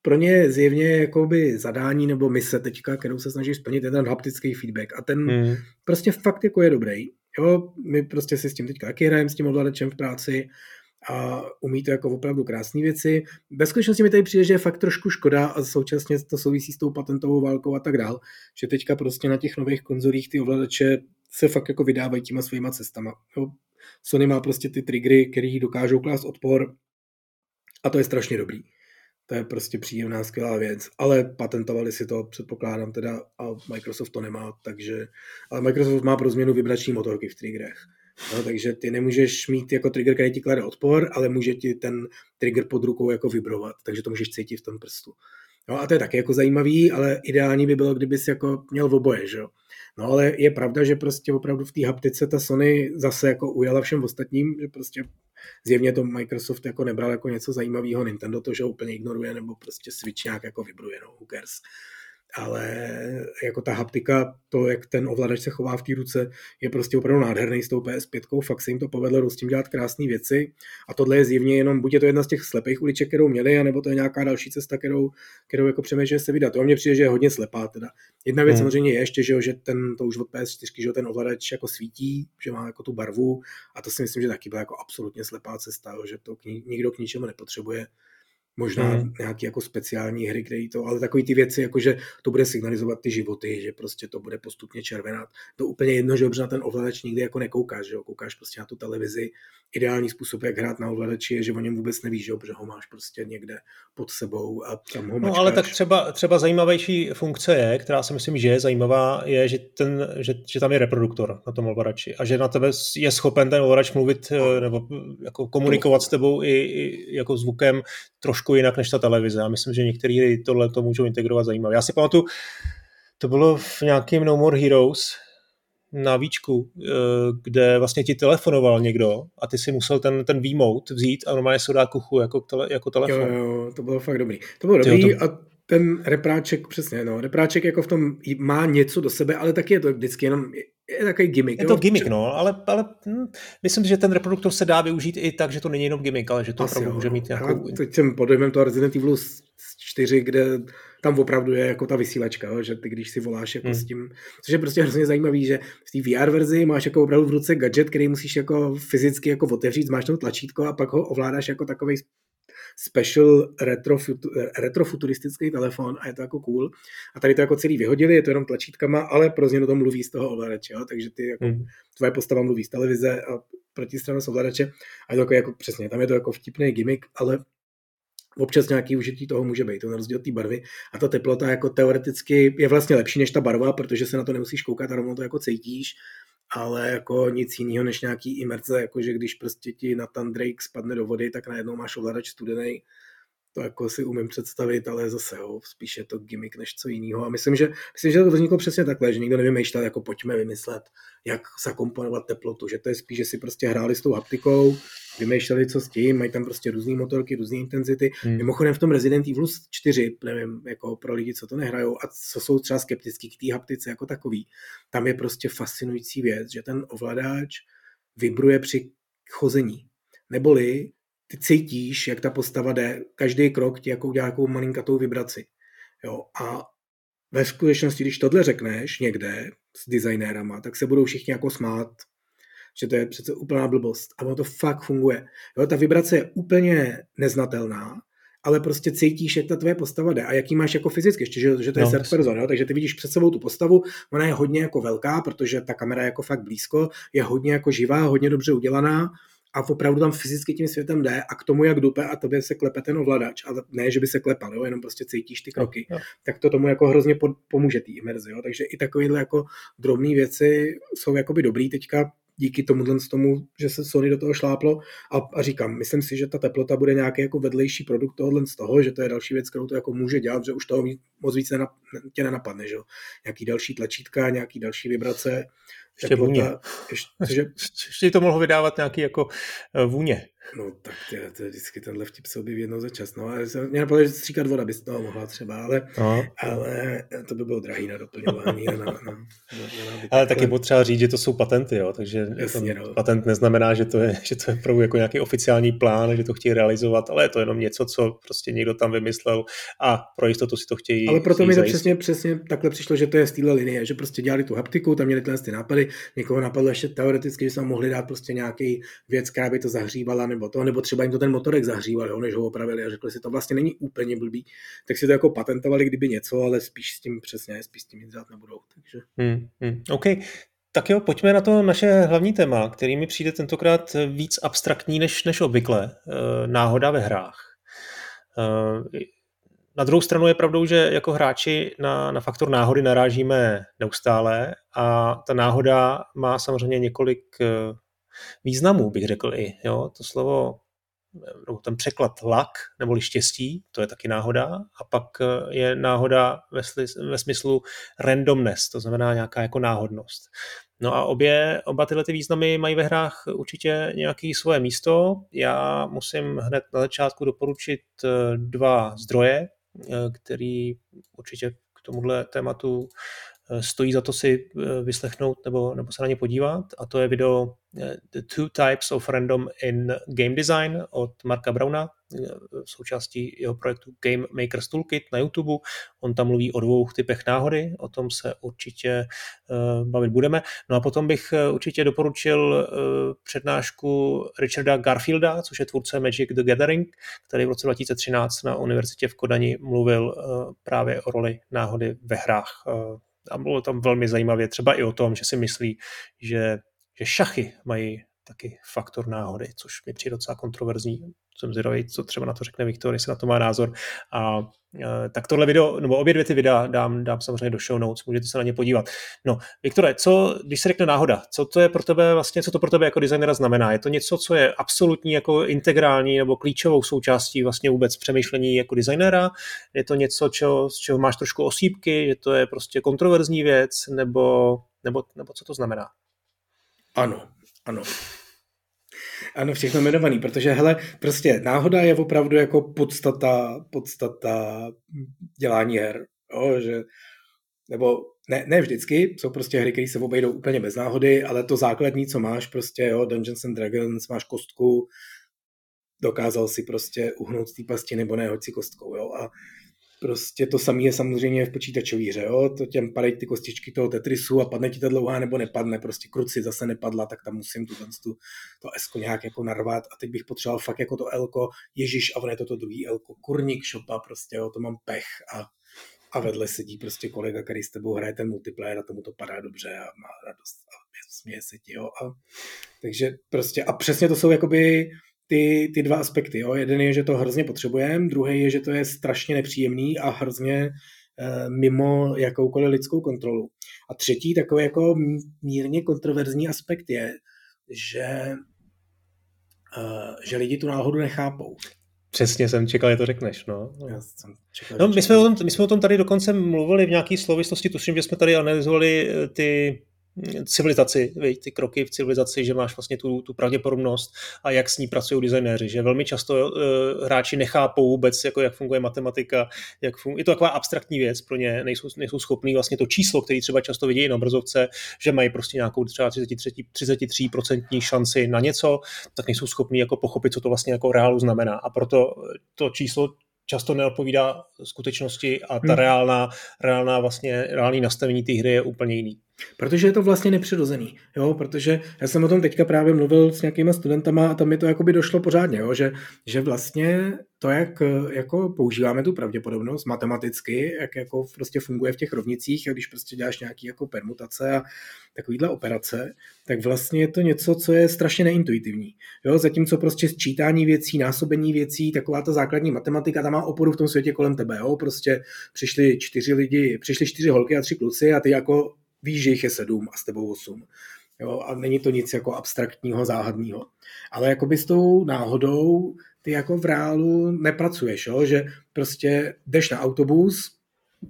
pro ně je zjevně jakoby zadání nebo mise teďka, kterou se snaží splnit, je ten haptický feedback a ten prostě fakt jako je dobrý. Jo, my prostě si s tím teďka taky hrajeme s tím ovladačem v práci a umí to jako opravdu krásné věci. Bez skutečnosti mi tady přijde, že je fakt trošku škoda a současně to souvisí s tou patentovou válkou a tak dál, že teďka prostě na těch nových konzolích ty ovladače se fakt jako vydávají těma svýma cestama. Jo. Sony má prostě ty triggery, které dokážou klást odpor a to je strašně dobrý. To je prostě příjemná, skvělá věc. Ale patentovali si to, předpokládám teda, a Microsoft to nemá, takže... Ale Microsoft má pro změnu vibrační motorky v triggerech. No, takže ty nemůžeš mít jako trigger, který ti klade odpor, ale může ti ten trigger pod rukou jako vibrovat, takže to můžeš cítit v tom prstu. No a to je taky jako zajímavý, ale ideální by bylo, kdybys jako měl v oboje, že jo. No ale je pravda, že prostě opravdu v té haptice ta Sony zase jako ujala všem ostatním, že prostě zjevně to Microsoft jako nebral jako něco zajímavého, Nintendo to, že úplně ignoruje, nebo prostě Switch nějak jako vibruje, no who cares. Ale jako ta haptika, to, jak ten ovladač se chová v té ruce, je prostě opravdu nádherný s tou PS5, fakt se jim to povedlo s tím dělat krásné věci a tohle je zjevně jenom, buď je to jedna z těch slepých uliček, kterou měli, anebo to je nějaká další cesta, kterou jako přemýšlí se vydat. To mně přijde, že je hodně slepá teda. Jedna věc samozřejmě je ještě, že to už od PS4, že ten ovladač jako svítí, že má jako tu barvu a to si myslím, že taky byla jako absolutně slepá cesta, že to nikdo k ničemu nepotřebuje. Možná nějaké jako speciální hry, které to, ale takový ty věci, jako že to bude signalizovat ty životy, že prostě to bude postupně červenat. To úplně jedno, že na ten ovladač nikdy jako nekoukáš, že jo? Koukáš prostě na tu televizi. Ideální způsob, jak hrát na ovladači, je, že o něm vůbec nevíš, že jo? Protože ho máš prostě někde pod sebou a tam ho mačkáš. No ale tak třeba zajímavější funkce je, která si myslím, že je zajímavá, je, že tam je reproduktor na tom ovladači a že na tebe je schopen ten ovladač mluvit nebo jako komunikovat s tebou i jako zvukem trošku jinak než ta televize. Já myslím, že některý tohle to můžou integrovat zajímavě. Já si pamatuju, to bylo v nějakém No More Heroes na víčku, kde vlastně ti telefonoval někdo a ty si musel ten V-mode vzít a normálně se dá k uchu jako telefon. Jo, to bylo fakt dobrý. To bylo dobrý a ten repráček, přesně, no, repráček jako v tom má něco do sebe, ale taky je to vždycky jenom je takový gimmick. Je to gimmick, no, ale myslím, že ten reproduktor se dá využít i tak, že to není jenom gimmick, ale že to opravdu může mít nějakou... Teď jsem pod dojmem toho Resident Evil 4, kde tam opravdu je jako ta vysílačka, jo, že ty když si voláš jako s tím, což je prostě hrozně zajímavý, že v té VR verzi máš jako opravdu v ruce gadget, který musíš jako fyzicky jako otevřít, máš tam tlačítko a pak ho ovládáš jako takovej special retrofuturistický telefon a je to jako cool. A tady to jako celý vyhodili, je to jenom tlačítkama, ale pro změnu to mluví z toho ovladače, jo? Takže ty jako, tvoje postava mluví z televize a protistrana z ovladače a je to jako přesně, tam je to jako vtipný gimmick, ale občas nějaký užití toho může být, to na rozdíl od té barvy a ta teplota jako teoreticky je vlastně lepší než ta barva, protože se na to nemusíš koukat a rovnou to jako cítíš, ale jako nic jiného než nějaký imerze, jakože když prostě ti Nathan Drake spadne do vody, tak najednou máš ovladač studený. To jako si umím představit, ale zase spíš je to gimmick než co jiného. A myslím, že to vzniklo přesně takhle, že nikdo nevymýšlel, jako pojďme vymyslet, jak zakomponovat teplotu, že to je spíš, že si prostě hráli s tou haptikou, vymýšleli, co s tím, mají tam prostě různé motorky, různé intenzity. Mimochodem v tom Resident Evil 4, nevím, jako pro lidi, co to nehrajou a co jsou třeba skeptický k té haptice jako takový, tam je prostě fascinující věc, že ten ovladač vibruje při chození. Neboli ty cítíš, jak ta postava jde, každý krok ti jako udělá nějakou malinkatou vibraci. Jo? A ve skutečnosti, když tohle řekneš někde s designérama, tak se budou všichni jako smát, že to je přece úplná blbost. A ono to fakt funguje. Jo? Ta vibrace je úplně neznatelná, ale prostě cítíš, jak ta tvoje postava jde a jaký máš jako fyzicky, ještě, že to je third person, jo? Takže ty vidíš před sebou tu postavu, ona je hodně jako velká, protože ta kamera je jako fakt blízko, je hodně jako živá, hodně dobře udělaná, a opravdu tam fyzicky tím světem jde a k tomu, jak dupe a tobě se klepe ten ovladač, ale ne, že by se klepal, jo, jenom prostě cítíš ty kroky, tak to tomu jako hrozně pomůže té imerzi, jo, takže i takovéhle jako drobné věci jsou jakoby dobrý teďka díky tomu, že se Sony do toho šláplo a říkám, myslím si, že ta teplota bude nějaký jako vedlejší produkt tohohle z toho, že to je další věc, kterou to jako může dělat, že už toho moc víc tě nenapadne, že jo, nějaký další tlačítka, nějaký další vibrace, Ještě vůně. Ještě to mohlo vydávat nějaký jako vůně. No tak to je vždycky tenhle vtip se objeví jednou za čas. No, ale mě napadlo, že stříkat voda by z toho mohla třeba, ale to by bylo drahý na doplňování. Ale taky potřeba říct, že to jsou patenty, jo, takže jasně, patent neznamená, že to je pro jako nějaký oficiální plán, že to chtějí realizovat, ale je to jenom něco, co prostě někdo tam vymyslel a pro jistotu si to chtějí. Ale proto mi to přesně takhle přišlo, že to je z téhle linie, že prostě dělali tu haptiku, tam měli ty nápady, někoho napadlo ještě teoreticky, že jsme mohli dát prostě nějaký věc, která by to zahřívala, nebo třeba jim to ten motorek zahříval, jo, než ho opravili a řekli si, to vlastně není úplně blbý, tak si to jako patentovali, kdyby něco, ale spíš s tím nic dělat nebudou. Takže. OK. Tak jo, pojďme na to naše hlavní téma, který mi přijde tentokrát víc abstraktní než obvykle. Náhoda ve hrách. Na druhou stranu je pravdou, že jako hráči na faktor náhody narážíme neustále a ta náhoda má samozřejmě několik významů, bych řekl i. Jo? To slovo, ten překlad luck, neboli štěstí, to je taky náhoda. A pak je náhoda ve smyslu randomness, to znamená nějaká jako náhodnost. No a oba tyhle ty významy mají ve hrách určitě nějaké svoje místo. Já musím hned na začátku doporučit 2 zdroje, který určitě k tomuhle tématu stojí za to si vyslechnout nebo se na ně podívat. A to je video The Two Types of Random in Game Design od Marka Browna, součástí jeho projektu Game Maker's Toolkit na YouTube. On tam mluví o 2 typech náhody, o tom se určitě bavit budeme. No a potom bych určitě doporučil přednášku Richarda Garfielda, což je tvůrce Magic the Gathering, který v roce 2013 na univerzitě v Kodani mluvil právě o roli náhody ve hrách. A bylo tam velmi zajímavě třeba i o tom, že si myslí, že šachy mají taky faktor náhody, což mi přijde docela kontroverzní. Jsem zvědavý, co třeba na to řekne Viktor, jestli na to má názor. A tak tohle video, nebo obě 2 ty videa dám samozřejmě do show notes, můžete se na ně podívat. No, Viktore, když se řekne náhoda, co to pro tebe jako designera znamená? Je to něco, co je absolutní jako integrální nebo klíčovou součástí vlastně vůbec přemýšlení jako designera? Je to něco, z čeho máš trošku osýpky, že to je prostě kontroverzní věc, nebo co to znamená? Ano, všechno jmenovaný, protože hele, prostě náhoda je opravdu jako podstata dělání her, jo, že, nebo ne vždycky, jsou prostě hry, které se obejdou úplně bez náhody, ale to základní, co máš prostě, jo, Dungeons and Dragons, máš kostku, dokázal si prostě uhnout z té pasti nebo ne, hoď si kostkou, jo, a prostě to samé je samozřejmě v počítačové hře, jo? To těm padají ty kostičky toho Tetrisu a padne ti ta dlouhá nebo nepadne, prostě kruci zase nepadla, tak tam musím to S-ko nějak jako narvat a teď bych potřeboval fakt jako to L-ko, ježiš, a ono je to druhý L-ko, kurník šopa, prostě jo, to mám pech a vedle sedí prostě kolega, který s tebou hraje ten multiplayer a tomu to padá dobře a má radost a směje se ti, jo, a takže prostě a přesně to jsou jakoby ty 2 aspekty. Jo. Jeden je, že to hrozně potřebujeme, druhý je, že to je strašně nepříjemný a hrozně mimo jakoukoliv lidskou kontrolu. A třetí takový jako mírně kontroverzní aspekt je, že lidi tu náhodu nechápou. Přesně jsem čekal, že to řekneš. My jsme o tom tady dokonce mluvili v nějaké souvislosti, tuším, že jsme tady analyzovali ty civilizaci, ty kroky v civilizaci, že máš vlastně tu pravděpodobnost a jak s ní pracují designéři, že velmi často hráči nechápou vůbec, jako jak funguje matematika, je to taková abstraktní věc pro ně, nejsou schopní vlastně to číslo, který třeba často vidějí na obrazovce, že mají prostě nějakou třeba 33% šanci na něco, tak nejsou schopní jako pochopit, co to vlastně jako reálu znamená, a proto to číslo často neodpovídá skutečnosti a ta reální nastavení té hry je úplně jiný. Protože je to vlastně nepřirozený, jo, protože já jsem o tom teďka právě mluvil s nějakýma studentama a tam mi to jakoby došlo pořádně, jo, že vlastně to, jak jako používáme tu pravděpodobnost matematicky, jak jako prostě funguje v těch rovnicích, a když prostě děláš nějaký jako permutace a takovýhle operace, tak vlastně je to něco, co je strašně neintuitivní. Jo, zatímco prostě sčítání věcí, násobení věcí, taková ta základní matematika, ta má oporu v tom světě kolem tebe, jo, prostě přišli 4 holky a 3 kluci a ty jako víš, že jich je 7 a s tebou 8. Jo, a není to nic jako abstraktního, záhadného. Ale jakoby s tou náhodou ty jako v reálu nepracuješ, jo? Že prostě jdeš na autobus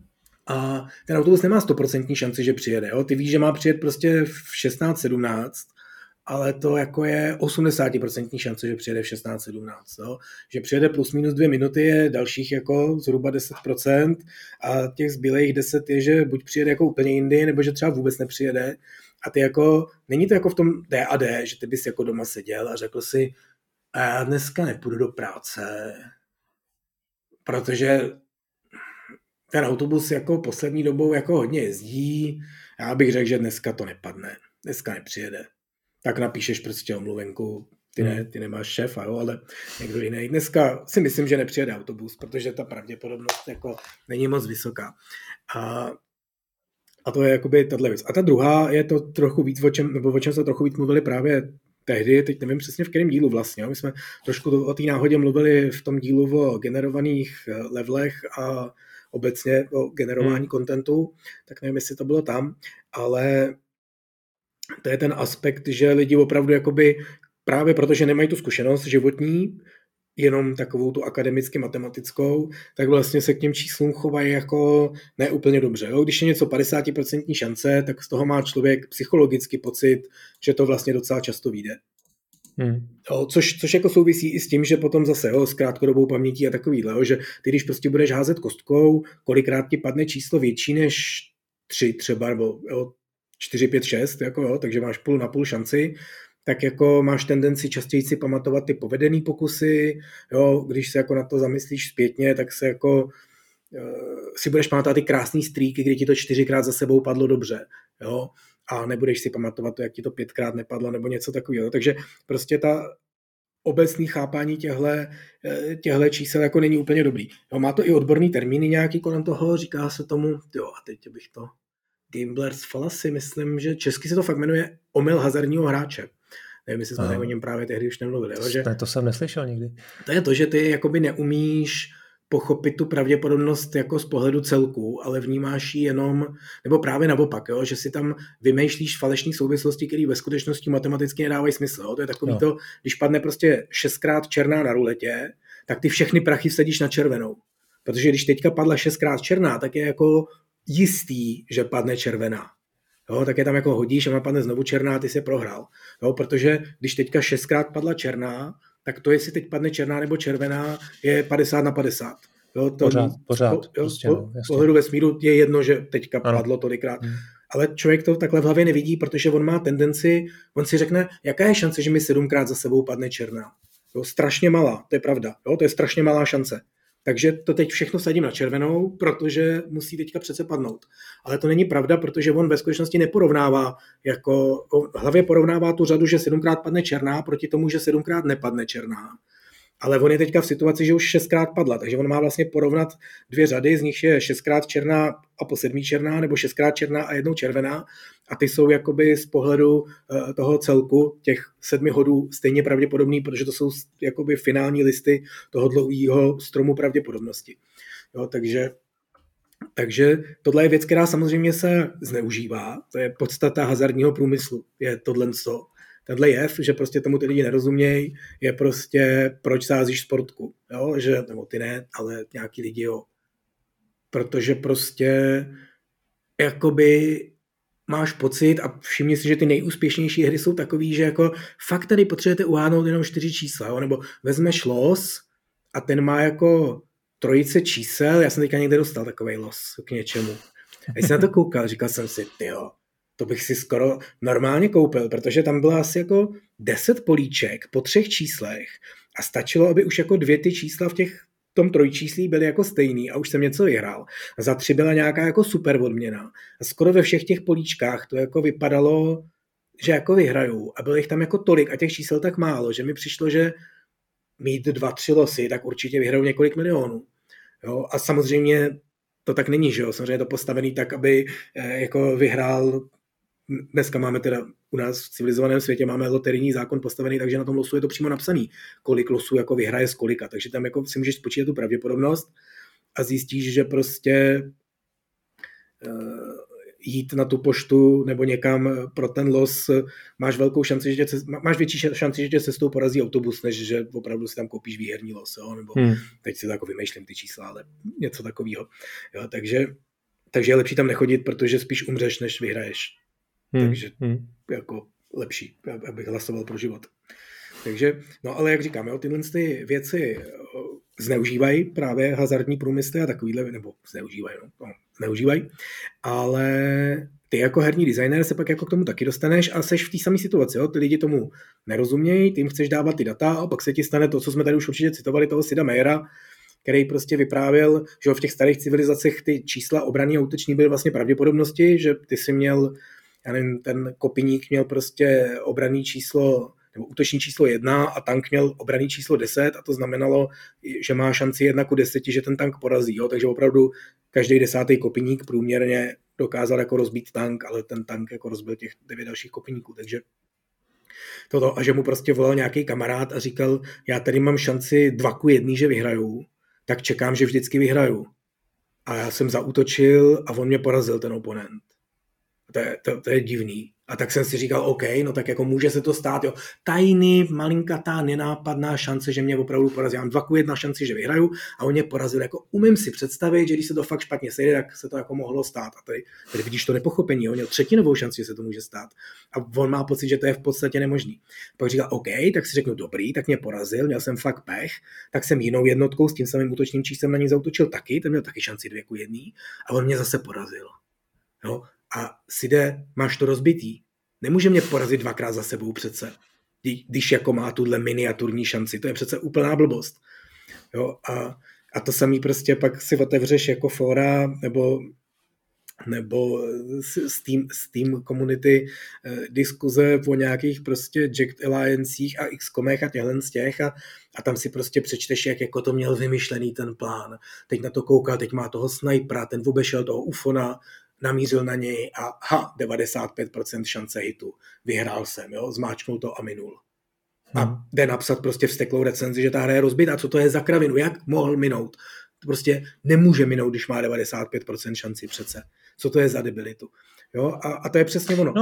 A ten autobus nemá 100% šanci, že přijede. Jo? Ty víš, že má přijet prostě v 16:17, ale to jako je 80% šance, že přijede v 16:17. Jo? Že přijede plus minus 2 minuty je dalších jako zhruba 10% a těch zbylejch 10 je, že buď přijede jako úplně jindy, nebo že třeba vůbec nepřijede. A ty jako, není to jako v tom D&D, že ty bys jako doma seděl a řekl si, a já dneska nepůjdu do práce, protože ten autobus jako poslední dobou jako hodně jezdí, já bych řekl, že dneska to nepadne, dneska nepřijede. Tak napíšeš prostě omluvenku, ty nemáš šéfa, jo, ale někdo jiný. Dneska si myslím, že nepřijede autobus, protože ta pravděpodobnost jako není moc vysoká. A to je jakoby tato věc. A ta druhá je to trochu víc, o čem se trochu víc mluvili právě tehdy, teď nevím přesně v kterém dílu vlastně. My jsme trošku o té náhodě mluvili v tom dílu o generovaných levelech a obecně o generování kontentu, tak nevím, jestli to bylo tam, ale to je ten aspekt, že lidi opravdu jakoby právě protože nemají tu zkušenost životní, jenom takovou tu akademicky matematickou, tak vlastně se k těm číslům chovají jako neúplně dobře. Jo? Když je něco 50% šance, tak z toho má člověk psychologicky pocit, že to vlastně docela často vyjde. Jo, což jako souvisí i s tím, že potom zase s krátkodobou pamětí a takovýhle, že ty když prostě budeš házet kostkou, kolikrát ti padne číslo větší než 3 třeba, nebo 4, 5, 6, jako takže máš půl na půl šanci, tak jako máš tendenci častěji si pamatovat ty povedený pokusy, jo, když se jako na to zamyslíš zpětně, tak se jako si budeš pamatovat ty krásný streaky, kdy ti to 4krát za sebou padlo dobře, jo, a nebudeš si pamatovat to, jak ti to 5krát nepadlo, nebo něco takového. Takže prostě ta obecný chápání těchto čísel jako není úplně dobrý. Jo, má to i odborný termíny nějaký kolem toho, říká se tomu, jo, a teď bych to Gambler's fallacy, myslím, že česky se to fakt jmenuje omyl hazardního hráče. Nevím, jestli jsme o něm právě tehdy už nemluvili. Jo, že to jsem neslyšel nikdy. To je to, že ty jakoby neumíš pochopit tu pravděpodobnost jako z pohledu celku, ale vnímáš ji jenom, nebo právě naopak, jo, že si tam vymýšlíš falešné souvislosti, které ve skutečnosti matematicky nedávají smysl. Jo. To je takový to, když padne prostě 6krát černá na ruletě, tak ty všechny prachy vsadíš na červenou. Protože když teďka padla 6krát černá, tak je jako jistý, že padne červená. Jo, tak je tam jako hodíš a má padne znovu černá, ty jsi prohrál. Jo, protože když teďka 6krát padla černá, tak to, jestli teď padne černá nebo červená, je 50/50. Jo, to pořád. Z pohledu vesmíru je jedno, že teďka padlo tolikrát. Ale člověk to takhle v hlavě nevidí, protože on má tendenci, on si řekne, jaká je šance, že mi 7krát za sebou padne černá. Jo, strašně malá, to je pravda. Jo, to je strašně malá šance. Takže to teď všechno sadím na červenou, protože musí teďka přece padnout. Ale to není pravda, protože on ve skutečnosti neporovnává, jako v hlavě porovnává tu řadu, že 7krát padne černá proti tomu, že 7krát nepadne černá. Ale on je teďka v situaci, že už 6krát padla, takže on má vlastně porovnat 2 řady, z nich je 6krát černá a po 7 černá, nebo 6krát černá a 1 červená. A ty jsou jakoby z pohledu toho celku těch 7 hodů stejně pravděpodobný, protože to jsou jakoby finální listy toho dlouhého stromu pravděpodobnosti. Jo, takže tohle je věc, která samozřejmě se zneužívá. To je podstata hazardního průmyslu. Je tenhle jev, že prostě tomu ty lidi nerozumějí, je prostě proč sázíš sportku. Jo? Že, nebo ty ne, ale nějaký lidi jo. Protože prostě jakoby máš pocit a všimni si, že ty nejúspěšnější hry jsou takový, že jako fakt tady potřebujete uhádnout jenom 4 čísla. Jo? Nebo vezmeš los a ten má jako 3 čísel. Já jsem teďka někde dostal takovej los k něčemu. A když jsem na to koukal, říkal jsem si, tyjo, to bych si skoro normálně koupil, protože tam bylo asi jako 10 políček po 3 číslech a stačilo, aby už jako 2 ty čísla v tom trojčíslí byly jako stejný a už jsem něco vyhrál. A za 3 byla nějaká jako super odměna. A skoro ve všech těch políčkách to jako vypadalo, že jako vyhraju a bylo jich tam jako tolik a těch čísel tak málo, že mi přišlo, že mít 2-3 losy, tak určitě vyhraju několik milionů. Jo? A samozřejmě to tak není, že jo? Samozřejmě je to postavený tak, aby jako vyhrál. Dneska máme teda u nás v civilizovaném světě máme loterijní zákon postavený, takže na tom losu je to přímo napsaný, kolik losů jako vyhraje z kolika. Takže tam jako si můžeš spočítat tu pravděpodobnost a zjistíš, že prostě jít na tu poštu nebo někam pro ten los máš velkou šanci, že máš větší šanci, že tě cestou porazí autobus, než že opravdu si tam koupíš výherní los, jo? Nebo teď si to jako vymýšlím ty čísla, ale něco takového. Jo, takže Takže je lepší tam nechodit, protože spíš umřeš, než vyhraješ. Takže jako lepší, abych hlasoval pro život. Takže, no ale jak říkám, jo, tyhle ty věci zneužívají právě hazardní průmysly a takovýhle, nebo zneužívají, ale ty jako herní designer se pak jako k tomu taky dostaneš a seš v té samé situaci, jo? Ty lidi tomu nerozumějí, ty jim chceš dávat ty data a pak se ti stane to, co jsme tady už určitě citovali, toho Sida Meiera, který prostě vyprávěl, že v těch starých civilizacích ty čísla obranný a útoční byly vlastně pravděpodobnosti, že ty si měl, já nevím, ten kopíník měl prostě obranný číslo nebo útoční číslo 1 a tank měl obranný číslo 10 a to znamenalo, že má šanci 1:10, že ten tank porazí. Jo? Takže opravdu každý 10. kopíník průměrně dokázal jako rozbít tank, ale ten tank jako rozbil těch 9 dalších kopíníků. Takže toto, a že mu prostě volal nějaký kamarád a říkal, já tady mám šanci 2:1, že vyhraju, tak čekám, že vždycky vyhraju. A já jsem zaútočil a on mě porazil, ten oponent. To je divný. A tak jsem si říkal, OK, no tak jako může se to stát, jo. Tajný, malinkatá, nenápadná šance, že mě opravdu porazí. Já mám 2:1 šanci, že vyhraju a on mě porazil. Jako umím si představit, že když se to fakt špatně sejde, tak se to jako mohlo stát. A tady vidíš to nepochopení, on měl třetinovou šanci, že se to může stát. A on má pocit, že to je v podstatě nemožný. Pak říkal, OK, tak si řeknu, dobrý, tak mě porazil, měl jsem fakt pech, tak jsem jinou jednotkou s tím samým útočným číslem na něj zaútočil taky, ten měl taky šanci 2:1 a on mě zase porazil. Jo? A Side, máš to rozbitý. Nemůže mě porazit 2krát za sebou přece, když jako má tuhle miniaturní šanci. To je přece úplná blbost. Jo? A to samý prostě pak si otevřeš jako fóra nebo s tým community diskuze o nějakých prostě Jacked Alliancích a XCOMech a těchhle z těch a tam si prostě přečteš, jak jako to měl vymyšlený ten plán. Teď na to koukal, teď má toho snajpera, ten obešel toho ufona, namířil na něj a 95% šance hitu. Vyhrál jsem, jo, zmáčknul to a minul. A jde napsat prostě vzteklou recenzi, že ta hra je rozbitá, co to je za kravinu, jak mohl minout. To prostě nemůže minout, když má 95% šanci přece. Co to je za debilitu. Jo, a to je přesně ono.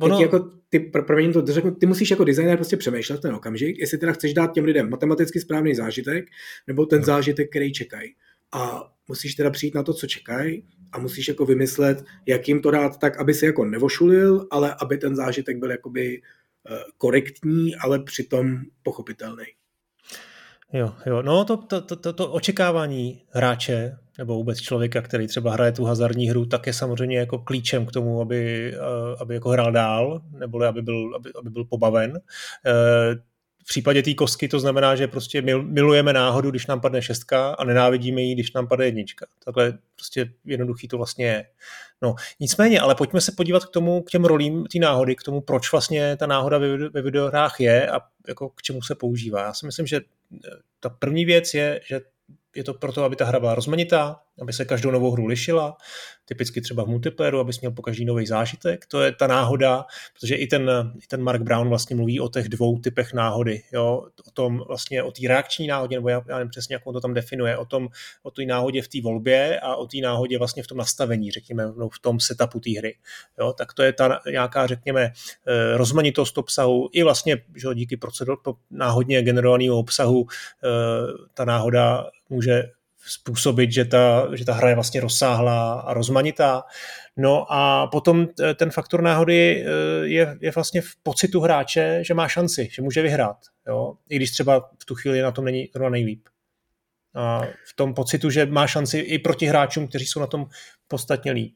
Ty musíš jako designer prostě přemýšlet ten okamžik, jestli teda chceš dát těm lidem matematicky správný zážitek, nebo ten zážitek, který čekají. A musíš teda přijít na to, co čekají, a musíš jako vymyslet, jak jim to dát tak, aby se jako nevošulil, ale aby ten zážitek byl jakoby korektní, ale přitom pochopitelný. Jo, no to očekávání hráče nebo vůbec člověka, který třeba hraje tu hazardní hru, tak je samozřejmě jako klíčem k tomu, aby jako hrál dál, nebo aby byl pobaven. V případě té kostky to znamená, že prostě milujeme náhodu, když nám padne 6 a nenávidíme ji, když nám padne 1. Takhle prostě jednoduchý to vlastně je. No, nicméně, ale pojďme se podívat k těm rolím té náhody, k tomu, proč vlastně ta náhoda ve videohrách je a jako k čemu se používá. Já si myslím, že ta první věc je, že je to proto, aby ta hra byla rozmanitá, aby se každou novou hru lišila, typicky třeba v multiplayeru, abys měl po každý nový zážitek. To je ta náhoda, protože i ten Mark Brown vlastně mluví o těch 2 typech náhody. Jo? O tom vlastně o té reakční náhodě, nebo já nevím přesně, jak on to tam definuje, o té náhodě v té volbě a o té náhodě vlastně v tom nastavení, řekněme, v tom setupu té hry. Jo? Tak to je ta nějaká, řekněme, rozmanitost obsahu i vlastně, že díky náhodně generovanému obsahu ta náhoda může způsobit, že ta hra je vlastně rozsáhlá a rozmanitá. No a potom ten faktor náhody je vlastně v pocitu hráče, že má šanci, že může vyhrát. Jo? I když třeba v tu chvíli na tom není zrovna nejlíp. A v tom pocitu, že má šanci i proti hráčům, kteří jsou na tom podstatně líp.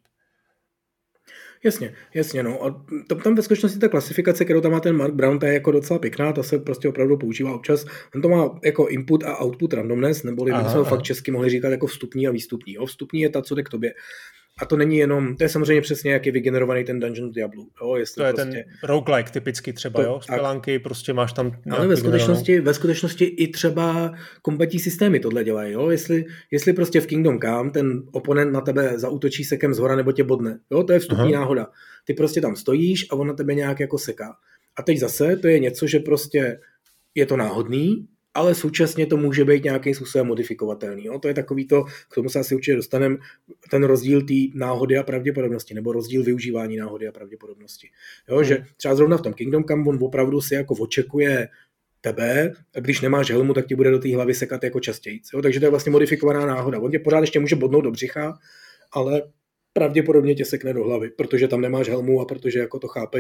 Jasně, no. A tam ve skutečnosti ta klasifikace, kterou tam má ten Mark Brown, ta je jako docela pěkná, ta se prostě opravdu používá občas. On to má jako input a output randomness, neboli bychom fakt česky mohli říkat jako vstupní a výstupní. Jo, vstupní je ta, co jde k tobě. A to není jenom, to je samozřejmě přesně, jak je vygenerovaný ten Dungeon Diablo. Jo, to je prostě ten roguelike typicky třeba, jo? Spelunky, prostě máš tam... Ale ve skutečnosti i třeba kombatní systémy tohle dělají, jo? Jestli prostě v Kingdom Come ten oponent na tebe zaútočí sekem zhora nebo tě bodne, jo? To je vstupní náhoda. Ty prostě tam stojíš a on na tebe nějak jako seká. A teď zase to je něco, že prostě je to náhodný, ale současně to může být nějakým způsobem modifikovatelný. Jo? To je takový to, k tomu se asi určitě dostaneme, ten rozdíl té náhody a pravděpodobnosti, nebo rozdíl využívání náhody a pravděpodobnosti. Jo? Že třeba zrovna v tom Kingdom Come on opravdu si jako očekuje tebe, a když nemáš helmu, tak ti bude do té hlavy sekat jako častěji. Jo? Takže to je vlastně modifikovaná náhoda. On tě pořád ještě může bodnout do břicha, ale pravděpodobně tě sekne do hlavy, protože tam nemáš helmu a protože jako to chápe,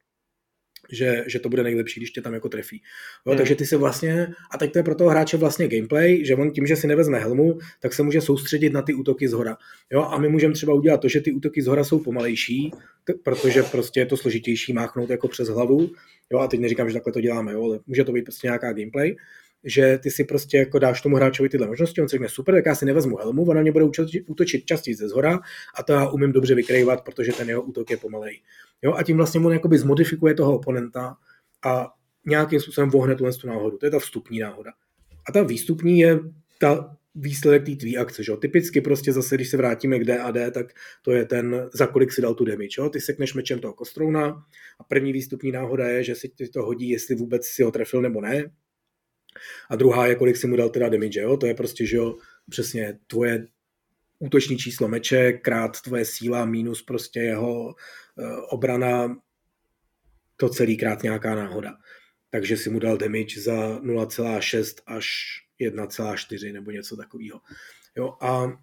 že to bude nejlepší, když tě tam jako trefí. Jo, takže ty se vlastně, a teď to je pro toho hráče vlastně gameplay, že on tím, že si nevezme helmu, tak se může soustředit na ty útoky zhora. Jo, a my můžeme třeba udělat to, že ty útoky zhora jsou pomalejší, protože prostě je to složitější máchnout jako přes hlavu. Jo, a teď neříkám, že takhle to děláme, jo, ale může to být prostě nějaká gameplay, že ty si prostě jako dáš tomu hráčovi tyhle možnosti, on si řekne super, tak já si nevezmu helmu, ona mě bude útočit častěji ze zhora a to já umím dobře vykrývat, protože ten jeho útok je pomalej. Jo, a tím vlastně on jakoby zmodifikuje toho oponenta a nějakým způsobem vohne tu náhodu. To je ta vstupní náhoda. A ta výstupní je ta výsledek té tvý akce. Že? Typicky prostě zase, když se vrátíme k D a D, tak to je ten, za kolik si dal tu damage. Jo? Ty sekneš mečem toho kostrouna a první výstupní náhoda je, že si to hodí, jestli vůbec si ho trefil nebo ne. A druhá je, kolik si mu dal teda damage. Jo? To je prostě, že jo, přesně tvoje útoční číslo meče krát tvoje síla minus prostě jeho obrana, to celý krát nějaká náhoda. Takže si mu dal damage za 0,6 až 1,4 nebo něco takového. Jo,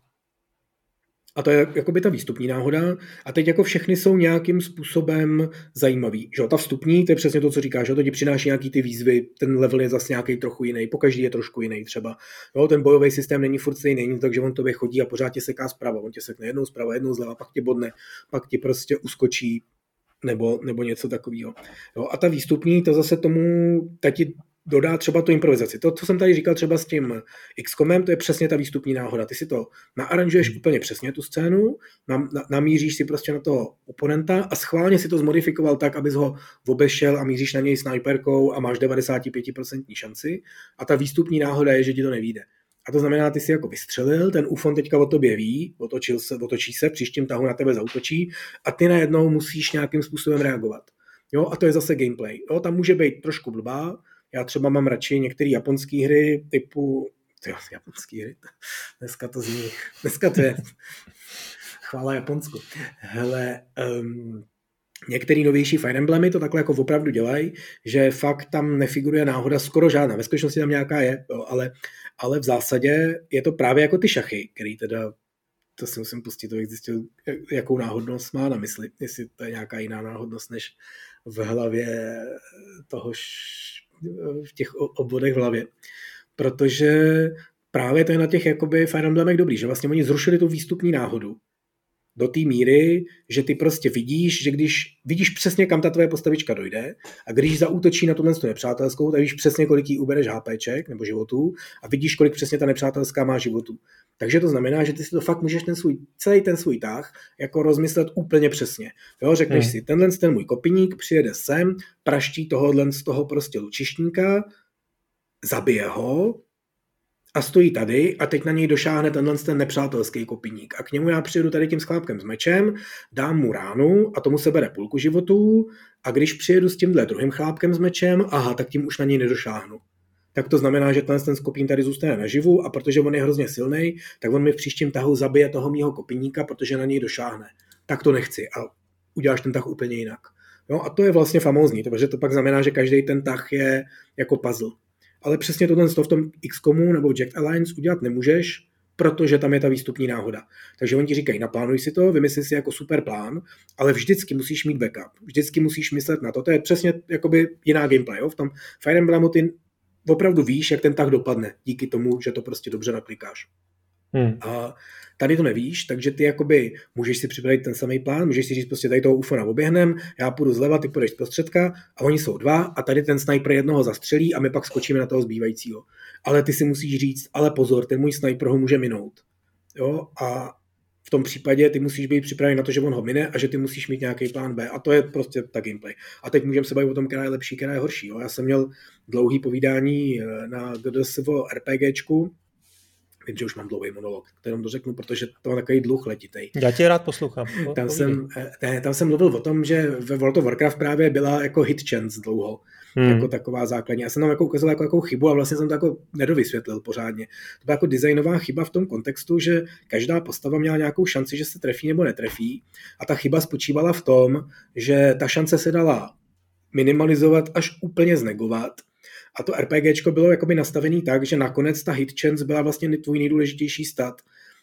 a to je jakoby ta výstupní náhoda a teď jako všechny jsou nějakým způsobem zajímavý. Že? Ta vstupní, to je přesně to, co říkáš, že? To ti přináší nějaký ty výzvy, ten level je zase nějaký trochu jiný, pokaždý je trošku jiný třeba. Jo? Ten bojový systém není furt stejný, takže on tobě chodí a pořád tě seká zprava, on tě sekne jednou zprava, jednou zleva, pak tě bodne, pak ti prostě uskočí nebo něco takového. Jo? A ta výstupní, to zase tomu ti dodá třeba tu improvizaci. To, co jsem tady říkal třeba s tím XCOMem, to je přesně ta výstupní náhoda. Ty si to naaranžuješ úplně přesně tu scénu, namíříš si prostě na toho oponenta a schválně si to zmodifikoval tak, abys ho obešel a míříš na něj snajperkou a máš 95% šanci a ta výstupní náhoda je, že ti to nevyjde. A to znamená, ty si jako vystřelil, ten UFON teďka o tobě ví, otočí se, v příštím tahu na tebe zaútočí a ty najednou musíš nějakým způsobem reagovat. Jo, a to je zase gameplay. Jo, tam může být trošku blbá. Já třeba mám radši některé japonské hry typu... japonské hry? Dneska to je... Chvála Japonsku. Hele, některé novější Fire Emblemy to takhle jako opravdu dělají, že fakt tam nefiguruje náhoda skoro žádná. Ve skutečnosti tam nějaká je, jo, ale v zásadě je to právě jako ty šachy, který teda, to si musím pustit, to bych zjistil, jakou náhodnost má na mysli, jestli to je nějaká jiná náhodnost, než v hlavě toho v těch obvodech v hlavě. Protože právě to je na těch jakoby Fire Emblemech dobrý, že vlastně oni zrušili tu výstupní náhodu do té míry, že ty prostě vidíš, že když vidíš přesně, kam ta tvoje postavička dojde a když zaútočí na tuhle nepřátelskou, tak víš přesně, kolik jí ubereš HPček nebo životů a vidíš, kolik přesně ta nepřátelská má životů. Takže to znamená, že ty si to fakt můžeš celý ten svůj tah jako rozmyslet úplně přesně. Jo, řekneš si, ten můj kopiník přijede sem, praští tohohle z toho prostě lučištníka, zabije ho a stojí tady a teď na něj došáhne ten nepřátelský kopiník. A k němu já přijedu tady tím sklápkem s mečem, dám mu ránu a tomu se bere půlku životů a když přijedu s tímhle druhým chlápkem s mečem, aha, tak tím už na něj nedošáhnu. Tak to znamená, že ten skopín tady zůstane naživu a protože on je hrozně silný, tak on mi v příštím tahu zabije toho mýho kopiníka, protože na něj došáhne. Tak to nechci a uděláš ten tah úplně jinak. No a to je vlastně famózní, protože to pak znamená, že každý ten tah je jako puzzle. Ale přesně tohle v tom XCOMu nebo Jacked Alliance udělat nemůžeš, protože tam je ta výstupní náhoda. Takže oni ti říkají, naplánuj si to, vymysli si jako super plán, ale vždycky musíš mít backup. Vždycky musíš myslet na to. To je přesně jakoby jiná gameplay. Jo? V tom Fire Emblemu ty opravdu víš, jak ten tah dopadne, díky tomu, že to prostě dobře naklikáš. A tady to nevíš, takže ty jakoby můžeš si připravit ten samý plán, můžeš si říct prostě tady toho UFOna oběhnem, já půjdu zleva, ty půjdeš z prostředka a oni jsou dva a tady ten sniper jednoho zastřelí a my pak skočíme na toho zbývajícího. Ale ty si musíš říct, ale pozor, ten můj sniper ho může minout. Jo? A v tom případě ty musíš být připraven na to, že on ho mine a že ty musíš mít nějaký plán B a to je prostě ta gameplay. A teď můžeme se bavit o tom, která je lepší, která je horší. Jo? Já jsem měl dlouhý povídání na GDSvo RPGčku. Vím, že už mám dlouhý monolog, který dořeknu, protože to má takový dluh letitej. Já tě rád poslouchám. Tam jsem mluvil o tom, že ve World of Warcraft právě byla jako hit chance dlouho. Jako taková základní. Já jsem tam jako ukazoval jako chybu a vlastně jsem to jako nedovysvětlil pořádně. To byla jako designová chyba v tom kontextu, že každá postava měla nějakou šanci, že se trefí nebo netrefí a ta chyba spočívala v tom, že ta šance se dala minimalizovat až úplně znegovat. A to RPGčko bylo jakoby nastavený tak, že nakonec ta hit chance byla vlastně tvůj nejdůležitější stat.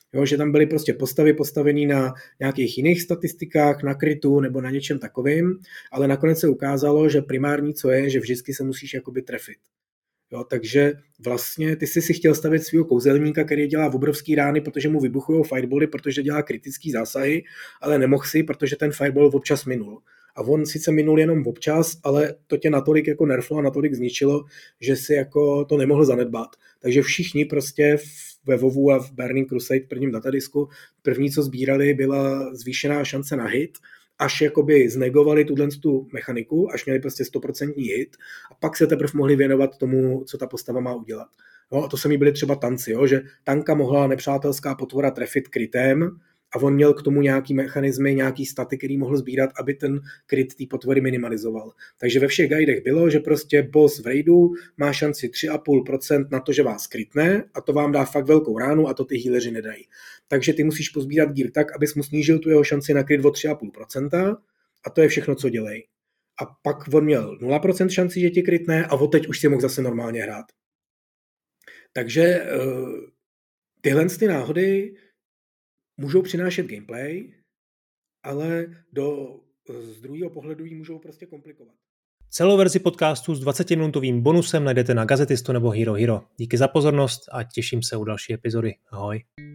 Jo, že tam byly prostě postavy postavený na nějakých jiných statistikách, na krytu nebo na něčem takovým, ale nakonec se ukázalo, že primární co je, že vždycky se musíš jakoby trefit. Jo, takže vlastně ty jsi si chtěl stavět svého kouzelníka, který dělá obrovský rány, protože mu vybuchují firebally, protože dělá kritický zásahy, ale nemohl si, protože ten fireball občas minul. A on sice minul jenom občas, ale to tě natolik jako nerflo a natolik zničilo, že si jako to nemohl zanedbat. Takže všichni prostě ve WoWu a v Burning Crusade prvním datadisku první, co sbírali, byla zvýšená šance na hit, až jakoby znegovali tu mechaniku, až měli prostě 100% hit a pak se teprve mohli věnovat tomu, co ta postava má udělat. No, a to se mi byly třeba tanci, jo, že tanka mohla nepřátelská potvora trefit krytem a on měl k tomu nějaký mechanismy, nějaký staty, který mohl sbírat, aby ten kryt té potvory minimalizoval. Takže ve všech guidech bylo, že prostě boss v raidu má šanci 3,5% na to, že vás krytne a to vám dá fakt velkou ránu a to ty healeři nedají. Takže ty musíš pozbírat gear tak, abys mu snížil tu jeho šanci na kryt o 3,5% a to je všechno, co dělej. A pak on měl 0% šanci, že ti krytne a od teď už si mohl zase normálně hrát. Takže tyhle ty náhody můžou přinášet gameplay, ale z druhého pohledu ji můžou prostě komplikovat. Celou verzi podcastu s 20-minutovým bonusem najdete na Gazetisto nebo Hero Hero. Díky za pozornost a těším se u další epizody. Ahoj.